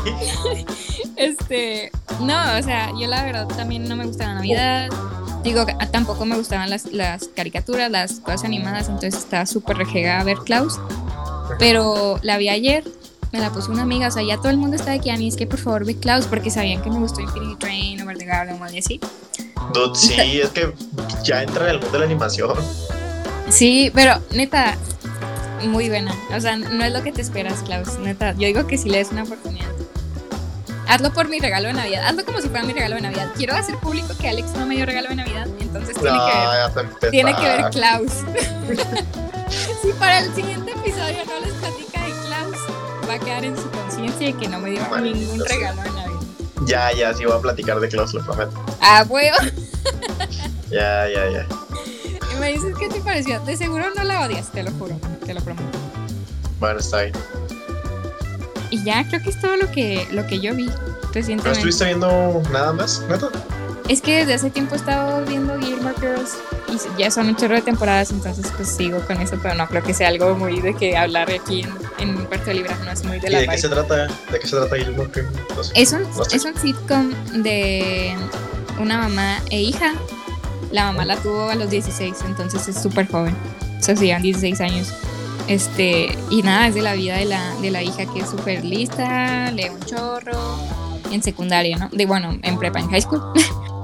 Craig. No, o sea, yo la verdad también no me gusta la Navidad. Digo, tampoco me gustaban las caricaturas, las cosas animadas, entonces estaba súper rejega a ver Klaus. Pero la vi ayer, me la puso una amiga, o sea, ya todo el mundo está de que, Ani, es que por favor ve Klaus, porque sabían que me gustó Infinity Train, Over the Garden Wall y así. Dude, sí, es que ya entra en el mundo de la animación. Sí, pero neta, muy buena. O sea, no es lo que te esperas, Klaus, neta. Yo digo que sí le des una oportunidad. Hazlo por mi regalo de Navidad. Hazlo como si fuera mi regalo de Navidad. Quiero hacer público que Alex no me dio regalo de Navidad. Entonces tiene que ver Klaus. Si para el siguiente episodio no les platica de Klaus, va a quedar en su conciencia de que no me dio ningún regalo de Navidad. Ya, sí voy a platicar de Klaus, lo prometo. Huevo. Ya. Y me dices qué te pareció. De seguro no la odias, te lo juro, te lo prometo. Bueno, está bien. Y ya creo que es todo lo que yo vi recientemente. ¿No estuviste viendo nada más, neta? Es que desde hace tiempo he estado viendo Gilmore Girls y ya son un chorro de temporadas, entonces pues sigo con eso, pero no creo que sea algo muy de que hablar aquí en Cuarto Libre, no es muy de la ¿Y de qué se trata Gilmore Girls? No sé. Es un sitcom de una mamá e hija. La mamá la tuvo a los 16, entonces es súper joven. O sea, se llevan 16 años. Y nada, es de la vida de la hija, que es súper lista, lee un chorro, en secundaria, ¿no? En prepa, en high school.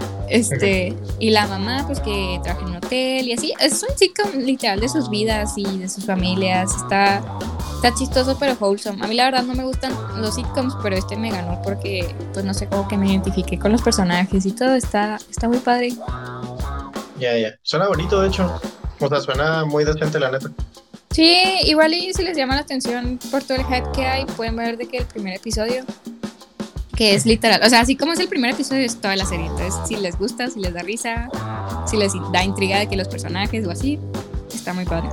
Y la mamá, pues que trabaja en un hotel y así. Es un sitcom literal de sus vidas y de sus familias. Está chistoso, pero wholesome. A mí la verdad no me gustan los sitcoms, pero me ganó porque, pues no sé, como que me identifiqué con los personajes y todo. Está muy padre. Ya. Suena bonito, de hecho. O sea, suena muy decente, la neta. Sí, igual y si les llama la atención por todo el hype que hay, pueden ver de que el primer episodio, que es literal, o sea, así como es el primer episodio, es toda la serie. Entonces, si les gusta, si les da risa, si les da intriga de que los personajes o así, está muy padre.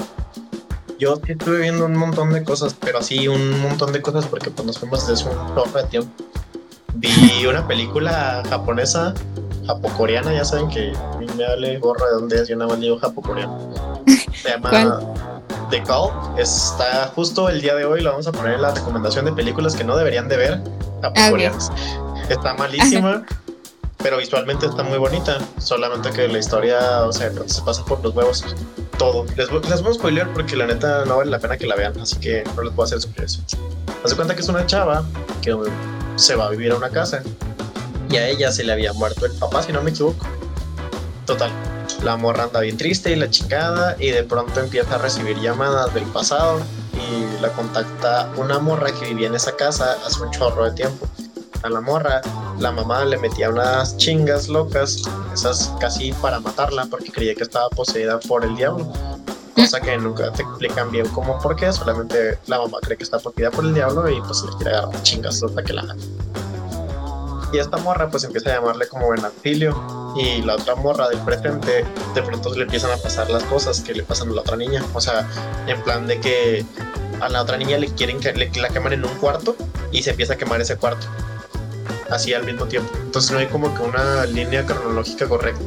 Yo sí estuve viendo un montón de cosas, pero así un montón de cosas porque pues nos fuimos desde un poco de tiempo. Vi una película japonesa, japocoreana, ya saben que a mí me vale gorro de dónde es, yo nada más digo japocoreano. Se llama ¿Cuál? The Call. Está justo el día de hoy, lo vamos a poner en la recomendación de películas que no deberían de ver japocoreanas. Okay. Está malísima, pero visualmente está muy bonita, solamente que la historia, o sea, se pasa por los huevos todo. Les voy a spoilear porque la neta no vale la pena que la vean, así que no les voy a hacer sufrir eso. Haz de cuenta que es una chava que se va a vivir a una casa y a ella se le había muerto el papá, si no me equivoco. Total, la morra anda bien triste y la chingada, y de pronto empieza a recibir llamadas del pasado y la contacta una morra que vivía en esa casa hace un chorro de tiempo. A la morra, la mamá le metía unas chingas locas, esas casi para matarla, porque creía que estaba poseída por el diablo, cosa que nunca te explican bien cómo, por qué, solamente la mamá cree que está poseída por el diablo y pues le quiere agarrar chingas hasta que la haga. Y esta morra pues empieza a llamarle como en auxilio, y la otra morra del presente de pronto le empiezan a pasar las cosas que le pasan a la otra niña, o sea, en plan de que a la otra niña le quieren que la queman en un cuarto y se empieza a quemar ese cuarto así al mismo tiempo, entonces no hay como que una línea cronológica correcta.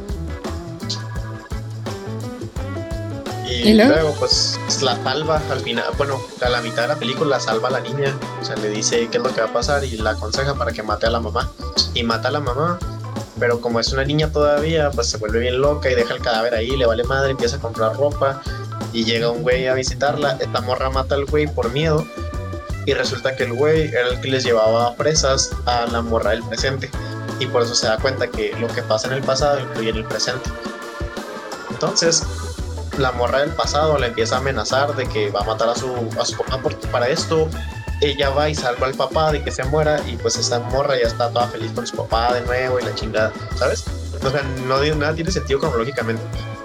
Y luego pues la salva al final, bueno, a la mitad de la película la salva a la niña, o sea, le dice qué es lo que va a pasar y la aconseja para que mate a la mamá, y mata a la mamá, pero como es una niña todavía, pues se vuelve bien loca y deja el cadáver ahí, le vale madre, empieza a comprar ropa y llega un güey a visitarla. Esta morra mata al güey por miedo y resulta que el güey era el que les llevaba presas a la morra del presente, y por eso se da cuenta que lo que pasa en el pasado influye en el presente. Entonces la morra del pasado le empieza a amenazar de que va a matar a su papá, porque para esto ella va y salva al papá de que se muera, y pues esa morra ya está toda feliz con su papá de nuevo y la chingada, ¿sabes? O sea, nada tiene sentido cronológicamente.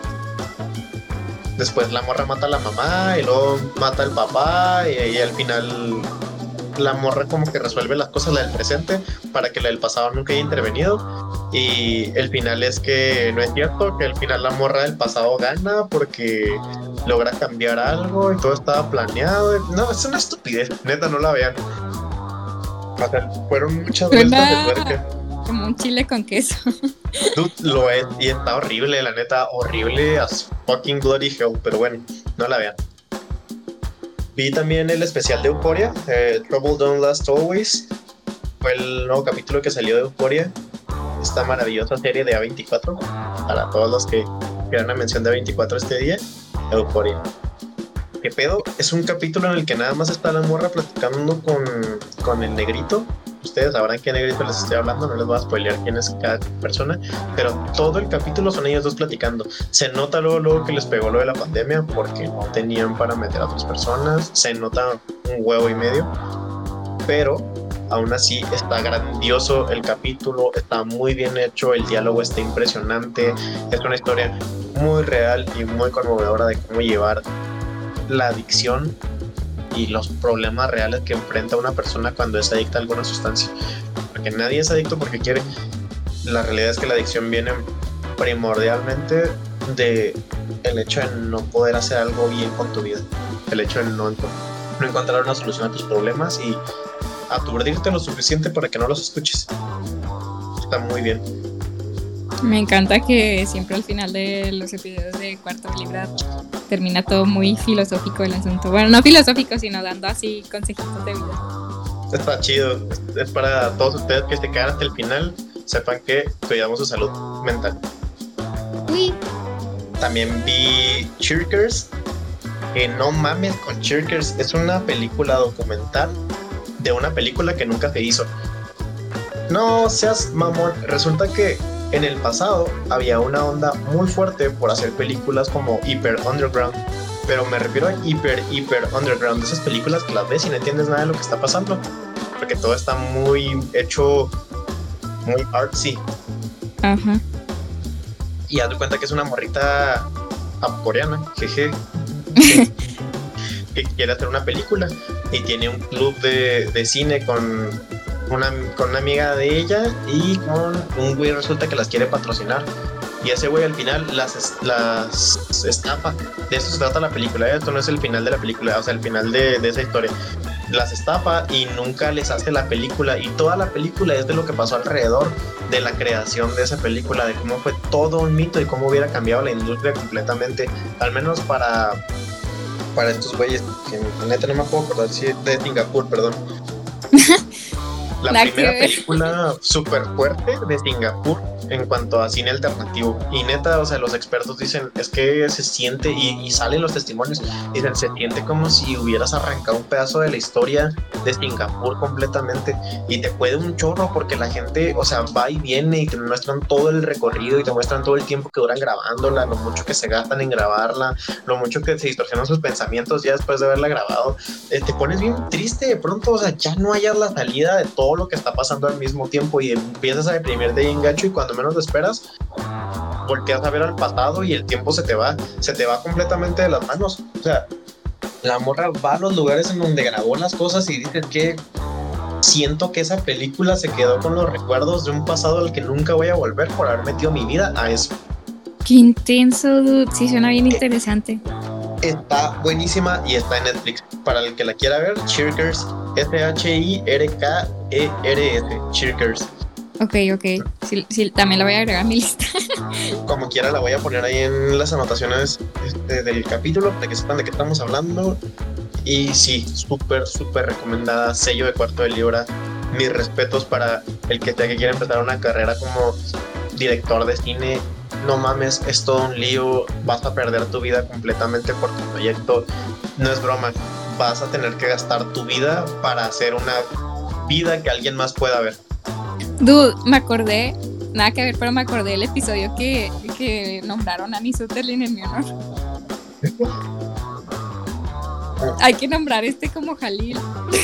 Después la morra mata a la mamá y luego mata al papá, y al final la morra como que resuelve las cosas, la del presente, para que la del pasado nunca haya intervenido. Y el final es que no es cierto, que al final la morra del pasado gana porque logra cambiar algo y todo estaba planeado. No, es una estupidez, neta, no la vean. O sea, fueron muchas vueltas de tuerca. Como un chile con queso. Dude, lo es, y está horrible, la neta, horrible as fucking bloody hell, pero bueno, no la vean. Vi también el especial de Euphoria, Trouble Don't Last Always. Fue el nuevo capítulo que salió de Euphoria, esta maravillosa serie de A24. Para todos los que quieran una mención de A24 este día, Euphoria. ¿Qué pedo? Es un capítulo en el que nada más está la morra platicando con el negrito. Ustedes sabrán qué negrito les estoy hablando, no les voy a spoilear quién es cada persona, pero todo el capítulo son ellos dos platicando. Se nota luego que les pegó lo de la pandemia porque no tenían para meter a otras personas, se nota un huevo y medio, pero aún así está grandioso el capítulo, está muy bien hecho, el diálogo está impresionante, es una historia muy real y muy conmovedora de cómo llevar la adicción y los problemas reales que enfrenta una persona cuando es adicta a alguna sustancia, porque nadie es adicto porque quiere. La realidad es que la adicción viene primordialmente de el hecho de no poder hacer algo bien con tu vida, el hecho de no no encontrar una solución a tus problemas y aturdirte lo suficiente para que no los escuches. Está muy bien. Me encanta que siempre al final de los episodios de Cuarto de Libra termina todo muy filosófico el asunto. Bueno, no filosófico, sino dando así consejitos de vida. Está chido. Es para todos ustedes que se quedan hasta el final, sepan que cuidamos su salud mental. Uy. También vi Shirkers, que no mames con Shirkers, es una película documental de una película que nunca se hizo. No seas mamón, resulta que en el pasado había una onda muy fuerte por hacer películas como hiper underground, pero me refiero a hiper underground, esas películas que las ves y no entiendes nada de lo que está pasando, porque todo está muy hecho, muy artsy. Ajá. Y haz de cuenta que es una morrita coreana, jeje, que quiere hacer una película y tiene un club de cine con una amiga de ella y con un güey resulta que las quiere patrocinar. Y ese güey al final las estafa. De eso se trata la película. Esto no es el final de la película, o sea, el final de esa historia. Las estafa y nunca les hace la película. Y toda la película es de lo que pasó alrededor de la creación de esa película, de cómo fue todo un mito y cómo hubiera cambiado la industria completamente. Al menos para estos güeyes, que neta no me puedo acordar si es de Singapur, perdón. La primera película súper fuerte de Singapur en cuanto a cine alternativo. Y neta, o sea, los expertos dicen, es que se siente, y salen los testimonios, dicen, se siente como si hubieras arrancado un pedazo de la historia de Singapur completamente. Y te puede un chorro porque la gente, o sea, va y viene y te muestran todo el recorrido y te muestran todo el tiempo que duran grabándola, lo mucho que se gastan en grabarla, lo mucho que se distorsionan sus pensamientos ya después de haberla grabado. Te pones bien triste de pronto, o sea, ya no hayas la salida de todo lo que está pasando al mismo tiempo y empiezas a deprimirte bien gacho y cuando menos lo esperas volteas a ver al pasado y el tiempo se te va completamente de las manos. O sea, la morra va a los lugares en donde grabó las cosas y dices que siento que esa película se quedó con los recuerdos de un pasado al que nunca voy a volver por haber metido mi vida a eso. Qué intenso, dude. Sí, suena bien interesante. Está buenísima y está en Netflix. Para el que la quiera ver, Shirkers, Shirkers, Shirkers. Ok. Sí, también la voy a agregar a mi lista. Como quiera la voy a poner ahí en las anotaciones del capítulo para que sepan de qué estamos hablando. Y sí, súper recomendada, sello de Cuarto de Libra. Mis respetos para el que quiera empezar una carrera como director de cine. No mames, es todo un lío, vas a perder tu vida completamente por tu proyecto. No es broma, vas a tener que gastar tu vida para hacer una vida que alguien más pueda ver. Dude, me acordé, nada que ver, pero me acordé del episodio que nombraron a Annie Sutherland en mi honor. Hay que nombrar como Jalil.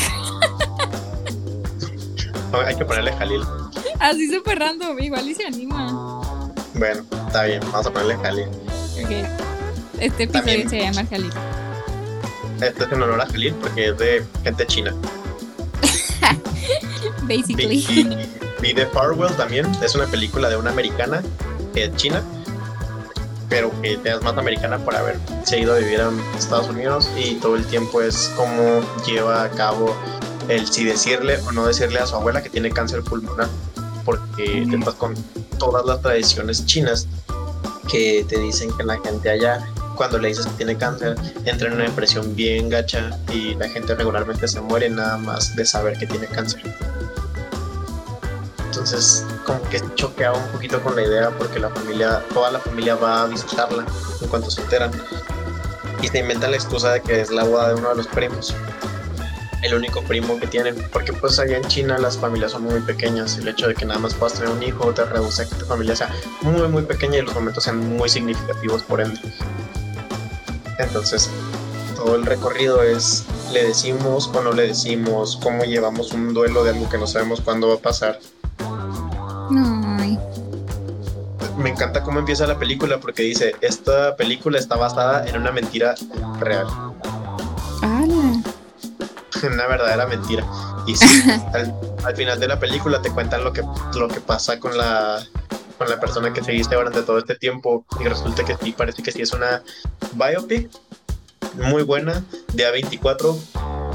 Hay que ponerle Jalil. Así súper random, igual y se anima. Bueno, está bien, vamos a ponerle Jalil. Ok, este episodio también se llama Jalil. Este es en honor a Jalil porque es de gente china. Basically. Vi The Farewell también, es una película de una americana que es china, pero que es más americana por haberse ido a vivir a Estados Unidos y todo el tiempo es como lleva a cabo el si decirle o no decirle a su abuela que tiene cáncer pulmonar, porque estás con todas las tradiciones chinas que te dicen que la gente allá, cuando le dices que tiene cáncer, entra en una depresión bien gacha y la gente regularmente se muere nada más de saber que tiene cáncer. Entonces, como que choqueaba un poquito con la idea porque toda la familia va a visitarla en cuanto se enteran y se inventan la excusa de que es la boda de uno de los primos, el único primo que tienen, porque pues allá en China las familias son muy pequeñas. El hecho de que nada más puedas tener un hijo te reduce a que tu familia sea muy pequeña y los momentos sean muy significativos por ende. Entonces todo el recorrido es, le decimos o no le decimos, cómo llevamos un duelo de algo que no sabemos cuándo va a pasar. Ay. Me encanta cómo empieza la película porque dice, esta película está basada en una mentira real. ¡Hala! Una verdadera mentira. Y sí, al final de la película te cuentan lo que pasa con la persona que seguiste durante todo este tiempo y resulta que sí, parece que sí es una biopic muy buena de A24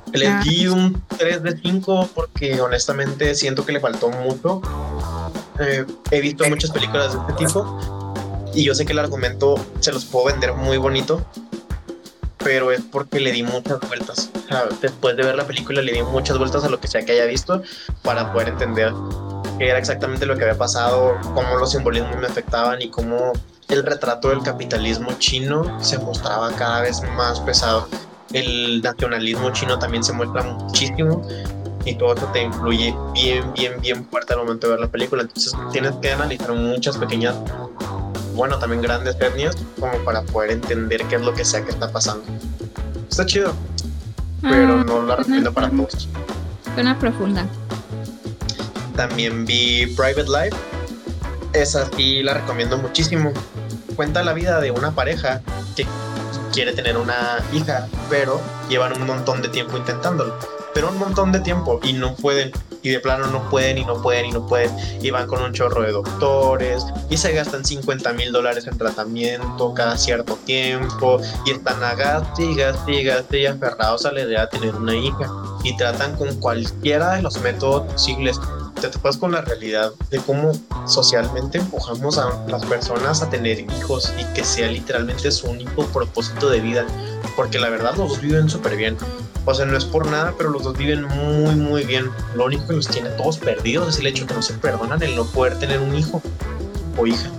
Les di un 3 de 5 porque honestamente siento que le faltó mucho. He visto muchas películas de este tipo y yo sé que el argumento se los puedo vender muy bonito, pero es porque le di muchas vueltas. O sea, después de ver la película le di muchas vueltas a lo que sea que haya visto para poder entender qué era exactamente lo que había pasado, cómo los simbolismos me afectaban y cómo el retrato del capitalismo chino se mostraba cada vez más pesado. El nacionalismo chino también se muestra muchísimo y todo eso te influye bien fuerte al momento de ver la película. Entonces tienes que analizar muchas pequeñas, bueno, también grandes etnias como para poder entender qué es lo que sea que está pasando. Está chido, pero no la recomiendo para todos. Suena profunda. También vi Private Life. Esa sí la recomiendo muchísimo. Cuenta la vida de una pareja que quiere tener una hija, pero llevan un montón de tiempo intentándolo. Pero un montón de tiempo y no pueden. Y de plano no pueden y van con un chorro de doctores y se gastan $50,000 en tratamiento cada cierto tiempo y están a gaste y aferrados a la idea de tener una hija y tratan con cualquiera de los métodos posibles. Te topas con la realidad de cómo socialmente empujamos a las personas a tener hijos y que sea literalmente su único propósito de vida, porque la verdad los dos viven súper bien. O sea, no es por nada, pero los dos viven muy bien. Lo único que los tiene todos perdidos es el hecho que no se perdonan el no poder tener un hijo o hija.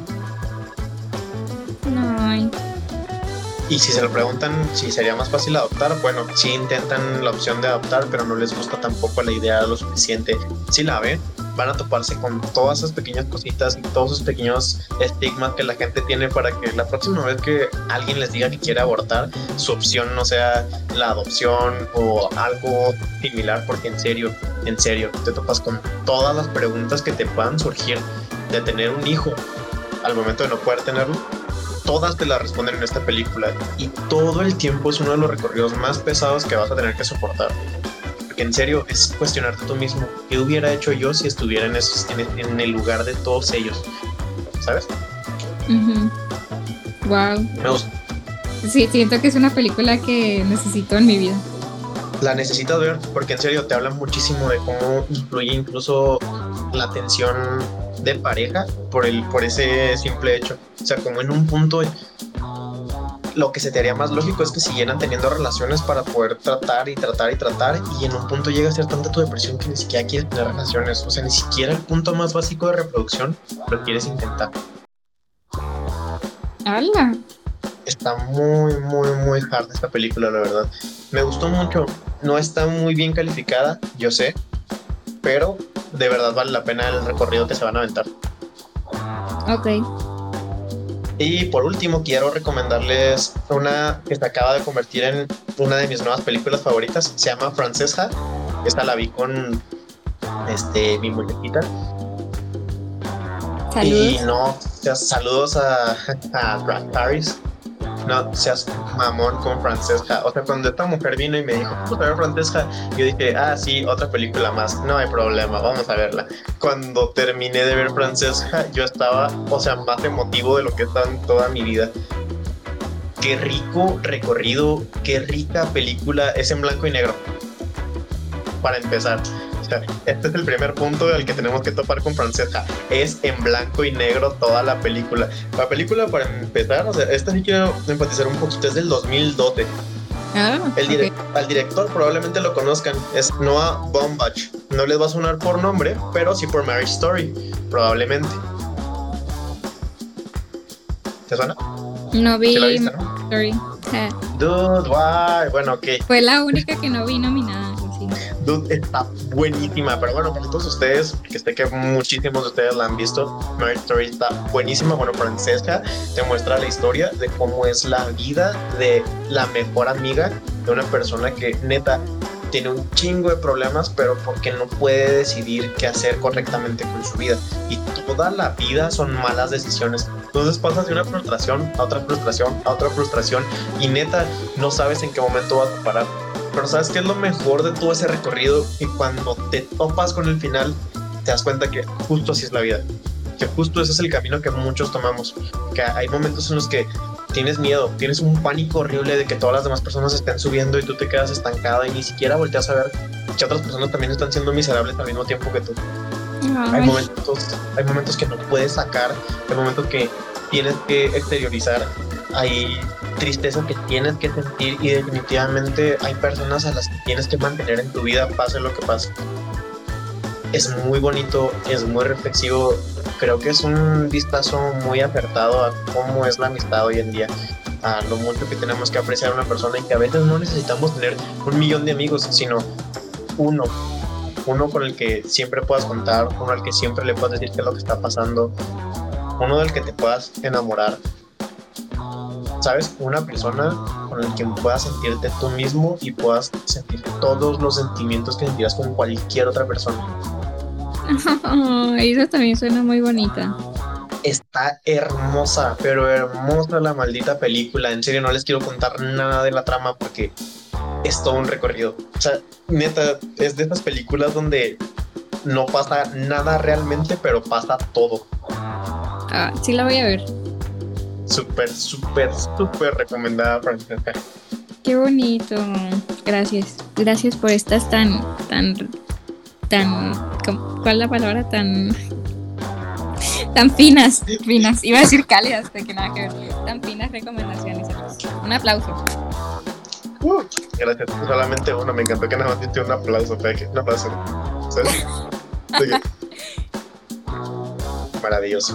No. Y si se lo preguntan si sería más fácil adoptar, bueno, sí intentan la opción de adoptar, pero no les gusta tampoco la idea lo suficiente. Si la ven, van a toparse con todas esas pequeñas cositas y todos esos pequeños estigmas que la gente tiene para que la próxima vez que alguien les diga que quiere abortar, su opción no sea la adopción o algo similar, porque en serio, te topas con todas las preguntas que te puedan surgir de tener un hijo al momento de no poder tenerlo. Todas te las responden en esta película y todo el tiempo es uno de los recorridos más pesados que vas a tener que soportar. Porque en serio es cuestionarte tú mismo, ¿qué hubiera hecho yo si estuviera en el lugar de todos ellos? ¿Sabes? Wow. Me gusta. Sí, siento que es una película que necesito en mi vida. La necesitas ver porque en serio te habla muchísimo de cómo influye incluso la tensión de pareja por ese simple hecho. O sea, como en un punto lo que se te haría más lógico es que siguieran teniendo relaciones para poder tratar y en un punto llega a ser tanta tu depresión que ni siquiera quieres tener relaciones. O sea, ni siquiera el punto más básico de reproducción lo quieres intentar. ¡Hala! Está muy hard esta película, la verdad. Me gustó mucho. No está muy bien calificada, yo sé, pero de verdad vale la pena el recorrido que se van a aventar. Ok. Y por último quiero recomendarles una que se acaba de convertir en una de mis nuevas películas favoritas. Se llama Francesca. Esta la vi con mi muñequita. Saludos. Y no, saludos a Brad Paris. No seas mamón con Francesca. O sea, cuando esta mujer vino y me dijo, vamos a ver Francesca, yo dije, sí, otra película más, no hay problema, vamos a verla. Cuando terminé de ver Francesca, yo estaba, o sea, más emotivo de lo que he estado en toda mi vida. Qué rico recorrido, qué rica película, es en blanco y negro. Para empezar. Este es el primer punto al que tenemos que topar con Francesca. Es en blanco y negro toda la película. La película, para empezar, o sea, esta sí quiero enfatizar un poquito, es del 2012. Al director probablemente lo conozcan, es Noah Baumbach. No les va a sonar por nombre, pero sí por Marriage Story, probablemente. ¿Te suena? No vi Marriage Story. Dude, why? Bueno, ok. Fue la única que no vi nominada. Dude, está buenísima, pero bueno, para todos ustedes, que sé que muchísimos de ustedes la han visto, Marriage Story está buenísima. Bueno, Francesca te muestra la historia de cómo es la vida de la mejor amiga de una persona que neta tiene un chingo de problemas, pero porque no puede decidir qué hacer correctamente con su vida, y toda la vida son malas decisiones. Entonces pasas de una frustración a otra frustración a otra frustración y neta no sabes en qué momento vas a parar. Pero ¿sabes qué es lo mejor de todo ese recorrido? Y cuando te topas con el final, te das cuenta que justo así es la vida. Que justo ese es el camino que muchos tomamos. Que hay momentos en los que tienes miedo, tienes un pánico horrible de que todas las demás personas estén subiendo y tú te quedas estancada y ni siquiera volteas a ver que otras personas también están siendo miserables al mismo tiempo que tú. Hay momentos que no puedes sacar, hay momentos que tienes que exteriorizar, hay tristeza que tienes que sentir y definitivamente hay personas a las que tienes que mantener en tu vida pase lo que pase. Es muy bonito, es muy reflexivo, creo que es un vistazo muy acertado a cómo es la amistad hoy en día, a lo mucho que tenemos que apreciar a una persona y que a veces no necesitamos tener 1,000,000 de amigos, sino uno con el que siempre puedas contar, uno al que siempre le puedas decir qué es lo que está pasando, uno del que te puedas enamorar, ¿sabes? Una persona con el que puedas sentirte tú mismo y puedas sentir todos los sentimientos que sentirás con cualquier otra persona. Oh, eso también suena muy bonita. Está hermosa, pero hermosa la maldita película. En serio, no les quiero contar nada de la trama porque es todo un recorrido. O sea, neta, es de esas películas donde no pasa nada realmente, pero pasa todo. Ah, sí la voy a ver. Súper recomendada, Francesca. Qué bonito. Gracias. Gracias por estas tan, ¿cuál es la palabra? Tan finas. Iba a decir cálidas, de que nada que ver. Tan finas recomendaciones. Un aplauso. Gracias. Solamente uno. Me encantó que nada más diste un aplauso, Peque. Un aplauso. ¿Sabes? Maravilloso.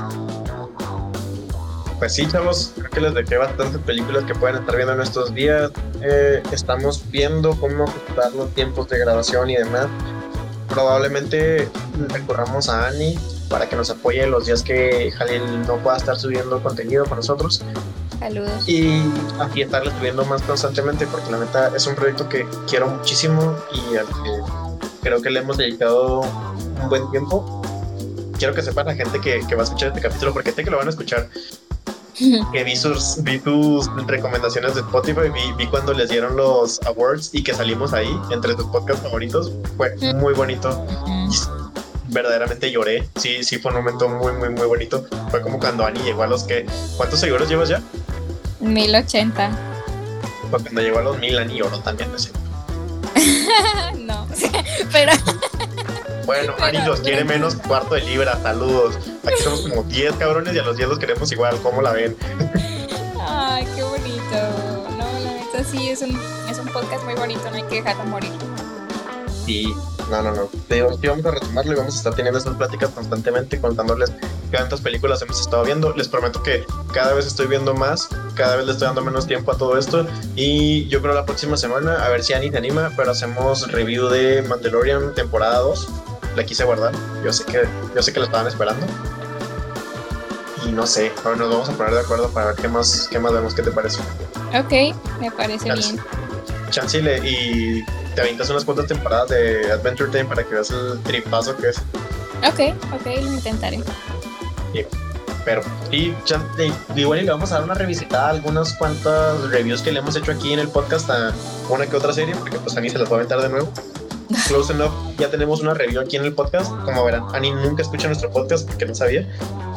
Pues sí, chavos, creo que les dejé bastantes películas que pueden estar viendo en estos días. Estamos viendo cómo ajustar los tiempos de grabación y demás. Probablemente recurramos a Ani para que nos apoye los días que Jalil no pueda estar subiendo contenido con nosotros. Saludos. Y así estarles subiendo más constantemente, porque la neta es un proyecto que quiero muchísimo y al que creo que le hemos dedicado un buen tiempo. Quiero que sepan la gente que va a escuchar este capítulo, porque sé que lo van a escuchar. Que vi tus recomendaciones de Spotify, vi cuando les dieron los awards y que salimos ahí entre tus podcasts favoritos. Fue muy bonito. Verdaderamente lloré. Sí, fue un momento muy bonito. Fue como cuando Ani llegó a los que... ¿Cuántos seguidores llevas ya? 1080. Fue cuando llegó a los 1000, Ani lloró también. No, pero... Bueno, Ani los quiere menos cuarto de libra, saludos. Aquí somos como 10 cabrones y a los 10 los queremos igual, ¿cómo la ven? Ay, qué bonito. No, la neta sí, es un podcast muy bonito, no hay que dejarlo morir. Sí, no. Pero sí vamos a retomarlo y vamos a estar teniendo estas pláticas constantemente, contándoles cuántas películas hemos estado viendo. Les prometo que cada vez estoy viendo más, cada vez le estoy dando menos tiempo a todo esto. Y yo creo la próxima semana, a ver si Ani se anima, pero hacemos review de Mandalorian temporada 2. La quise guardar, yo sé que la estaban esperando. Y no sé, ahora nos vamos a poner de acuerdo para ver qué más vemos, ¿qué te parece? Ok, me parece bien. Chance y te avientas unas cuantas temporadas de Adventure Time para que veas el tripazo que es. Ok, lo intentaré. Sí, pero sí, igual y le vamos a dar una revisitada a algunas cuantas reviews que le hemos hecho aquí en el podcast a una que otra serie, porque pues a mí se las va a aventar de nuevo. Close Enough, ya tenemos una review aquí en el podcast. Como verán, Ani nunca escucha nuestro podcast porque no sabía.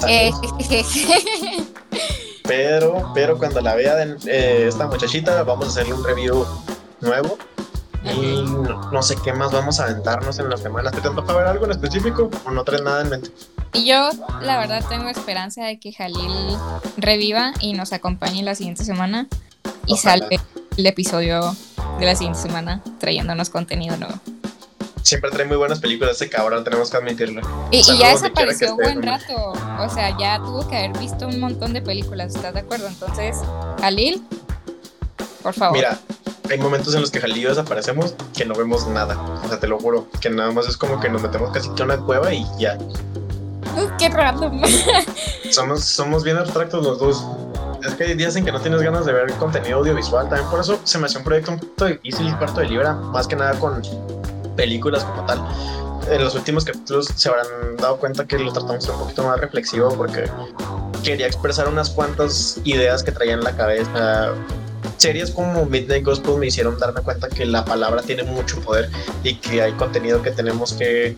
Pero cuando la vea esta muchachita, vamos a hacerle un review nuevo. Y no sé qué más vamos a aventarnos en las semanas. ¿Te toca ver algo en específico o no traes nada en mente? Y yo, la verdad, tengo esperanza de que Jalil reviva y nos acompañe la siguiente semana. Y Ojalá. sale el episodio de la siguiente semana trayéndonos contenido nuevo. Siempre trae muy buenas películas ese cabrón, tenemos que admitirlo. Y ya desapareció un buen rato. O sea, ya tuvo que haber visto un montón de películas, ¿estás de acuerdo? Entonces, Jalil, por favor. Mira, hay momentos en los que Jalil y yo desaparecemos que no vemos nada. O sea, te lo juro, que nada más es como que nos metemos casi que a una cueva y ya. Qué random. Somos bien abstractos los dos. Es que hay días en que no tienes ganas de ver contenido audiovisual. También por eso se me hacía un proyecto un poquito difícil, cuarto de libra, más que nada con películas como tal. En los últimos capítulos se habrán dado cuenta que lo tratamos un poquito más reflexivo porque quería expresar unas cuantas ideas que traía en la cabeza. Series como Midnight Gospel me hicieron darme cuenta que la palabra tiene mucho poder y que hay contenido que tenemos que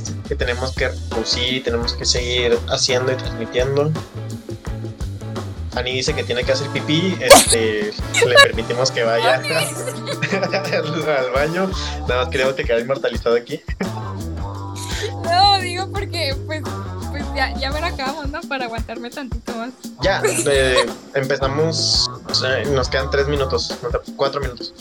reproducir y tenemos que seguir haciendo y transmitiendo. Ani dice que tiene que hacer pipí, le permitimos que vaya al baño. Nada más queremos que quede inmortalizado aquí. No, digo porque pues ya me la acabamos, ¿no? Para aguantarme tantito más. Ya, empezamos. Nos quedan 3 minutos, 4 minutos.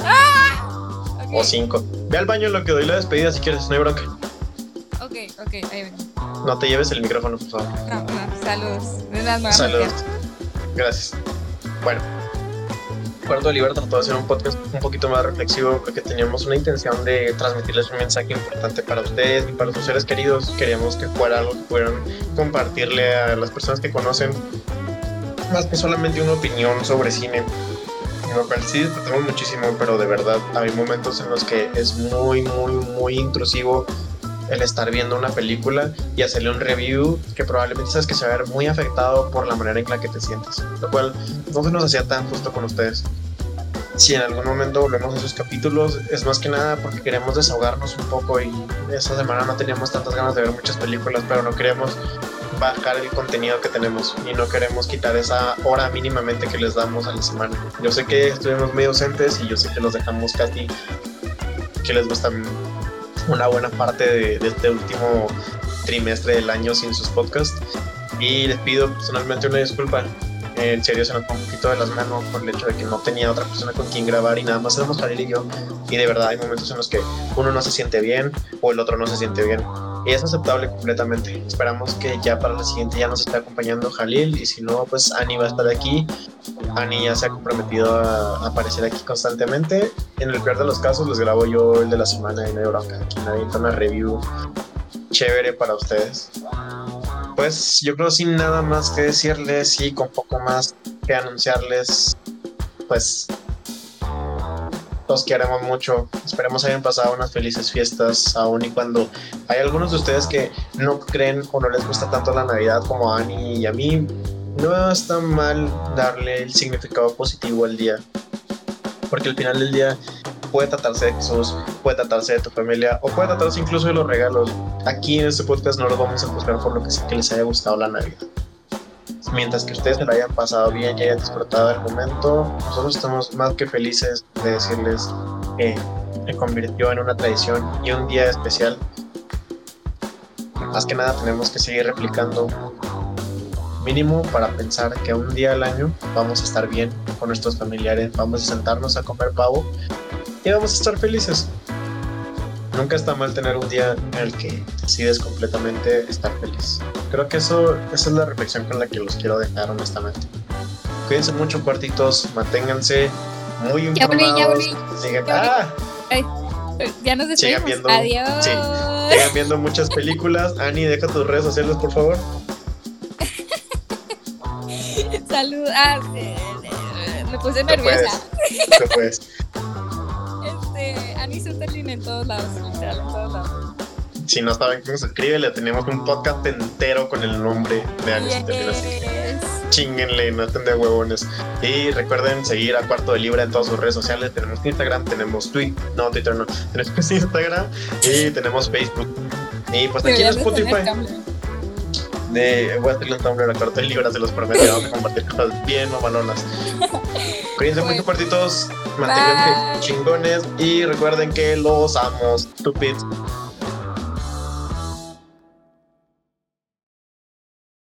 Okay. O 5. Ve al baño en lo que doy la despedida si quieres, no hay bronca. Ok, ahí vengo. No te lleves el micrófono, por favor. No, saludos. De las nuevas. Saludos. Gracias. Bueno, Cuarto de Libertad trató de hacer un podcast un poquito más reflexivo porque teníamos una intención de transmitirles un mensaje importante para ustedes y para sus seres queridos. Queríamos que fuera algo que pudieran compartirle a las personas que conocen, más que solamente una opinión sobre cine. Lo cual sí disfrutamos muchísimo, pero de verdad hay momentos en los que es muy intrusivo el estar viendo una película y hacerle un review que probablemente sabes que se va a ver muy afectado por la manera en la que te sientes, lo cual no se nos hacía tan justo con ustedes. Si en algún momento volvemos a esos capítulos, es más que nada porque queremos desahogarnos un poco y esta semana no teníamos tantas ganas de ver muchas películas, pero no queremos bajar el contenido que tenemos y no queremos quitar esa hora mínimamente que les damos a la semana. Yo sé que estuvimos medio ausentes y yo sé que los dejamos casi que les gusta una buena parte de este último trimestre del año sin sus podcasts, y les pido personalmente una disculpa. En serio se nos fue un poquito de las manos por el hecho de que no tenía otra persona con quien grabar y nada más éramos Jalil y yo, y de verdad hay momentos en los que uno no se siente bien o el otro no se siente bien y es aceptable completamente. Esperamos que ya para la siguiente ya nos esté acompañando Jalil, y si no, pues Ani va a estar aquí. Ani ya se ha comprometido a aparecer aquí constantemente. En el peor de los casos les grabo yo el de la semana y no hay bronca. Aquí me aviento una review chévere para ustedes. Pues yo creo sin nada más que decirles y con poco más que anunciarles, pues los queremos mucho. Esperemos hayan pasado unas felices fiestas, aun y cuando hay algunos de ustedes que no creen o no les gusta tanto la Navidad como a Ani y a mí. No está mal darle el significado positivo al día, porque al final del día puede tratarse de Jesús, puede tratarse de tu familia o puede tratarse incluso de los regalos. Aquí en este podcast no los vamos a juzgar por lo que sea que les haya gustado la Navidad. Mientras que ustedes se la hayan pasado bien y hayan disfrutado del momento, nosotros estamos más que felices de decirles que se convirtió en una tradición y un día especial. Más que nada tenemos que seguir replicando, mínimo para pensar que un día al año vamos a estar bien con nuestros familiares, vamos a sentarnos a comer pavo y vamos a estar felices. Nunca está mal tener un día en el que decides completamente estar feliz. Creo que esa es la reflexión con la que los quiero dejar, honestamente. Cuídense mucho, cuartitos, manténganse muy informados. Ya volví. Ya nos despedimos. Adiós. Sí, sigan viendo muchas películas. Ani, deja tus redes sociales, por favor. Salud. Me puse nerviosa. Te puedes. Ani Sutherland en todos lados, literal, en todos lados. Si no saben cómo se escribe, le tenemos un podcast entero con el nombre de Ani Sutherland. Chinguenle, no estén de huevones. Y recuerden seguir a Cuarto de Libra en todas sus redes sociales. Tenemos Instagram, tenemos Twitter no, tenemos Instagram y tenemos Facebook. Y pues aquí en Spotify. Voy a hacerle un Tumblr a Cuarto de Libra, se los prometo. Vamos a compartir cosas bien mamalonas. Cuídense mucho, cuartitos. Manténganse chingones. Y recuerden que los amo, stupid.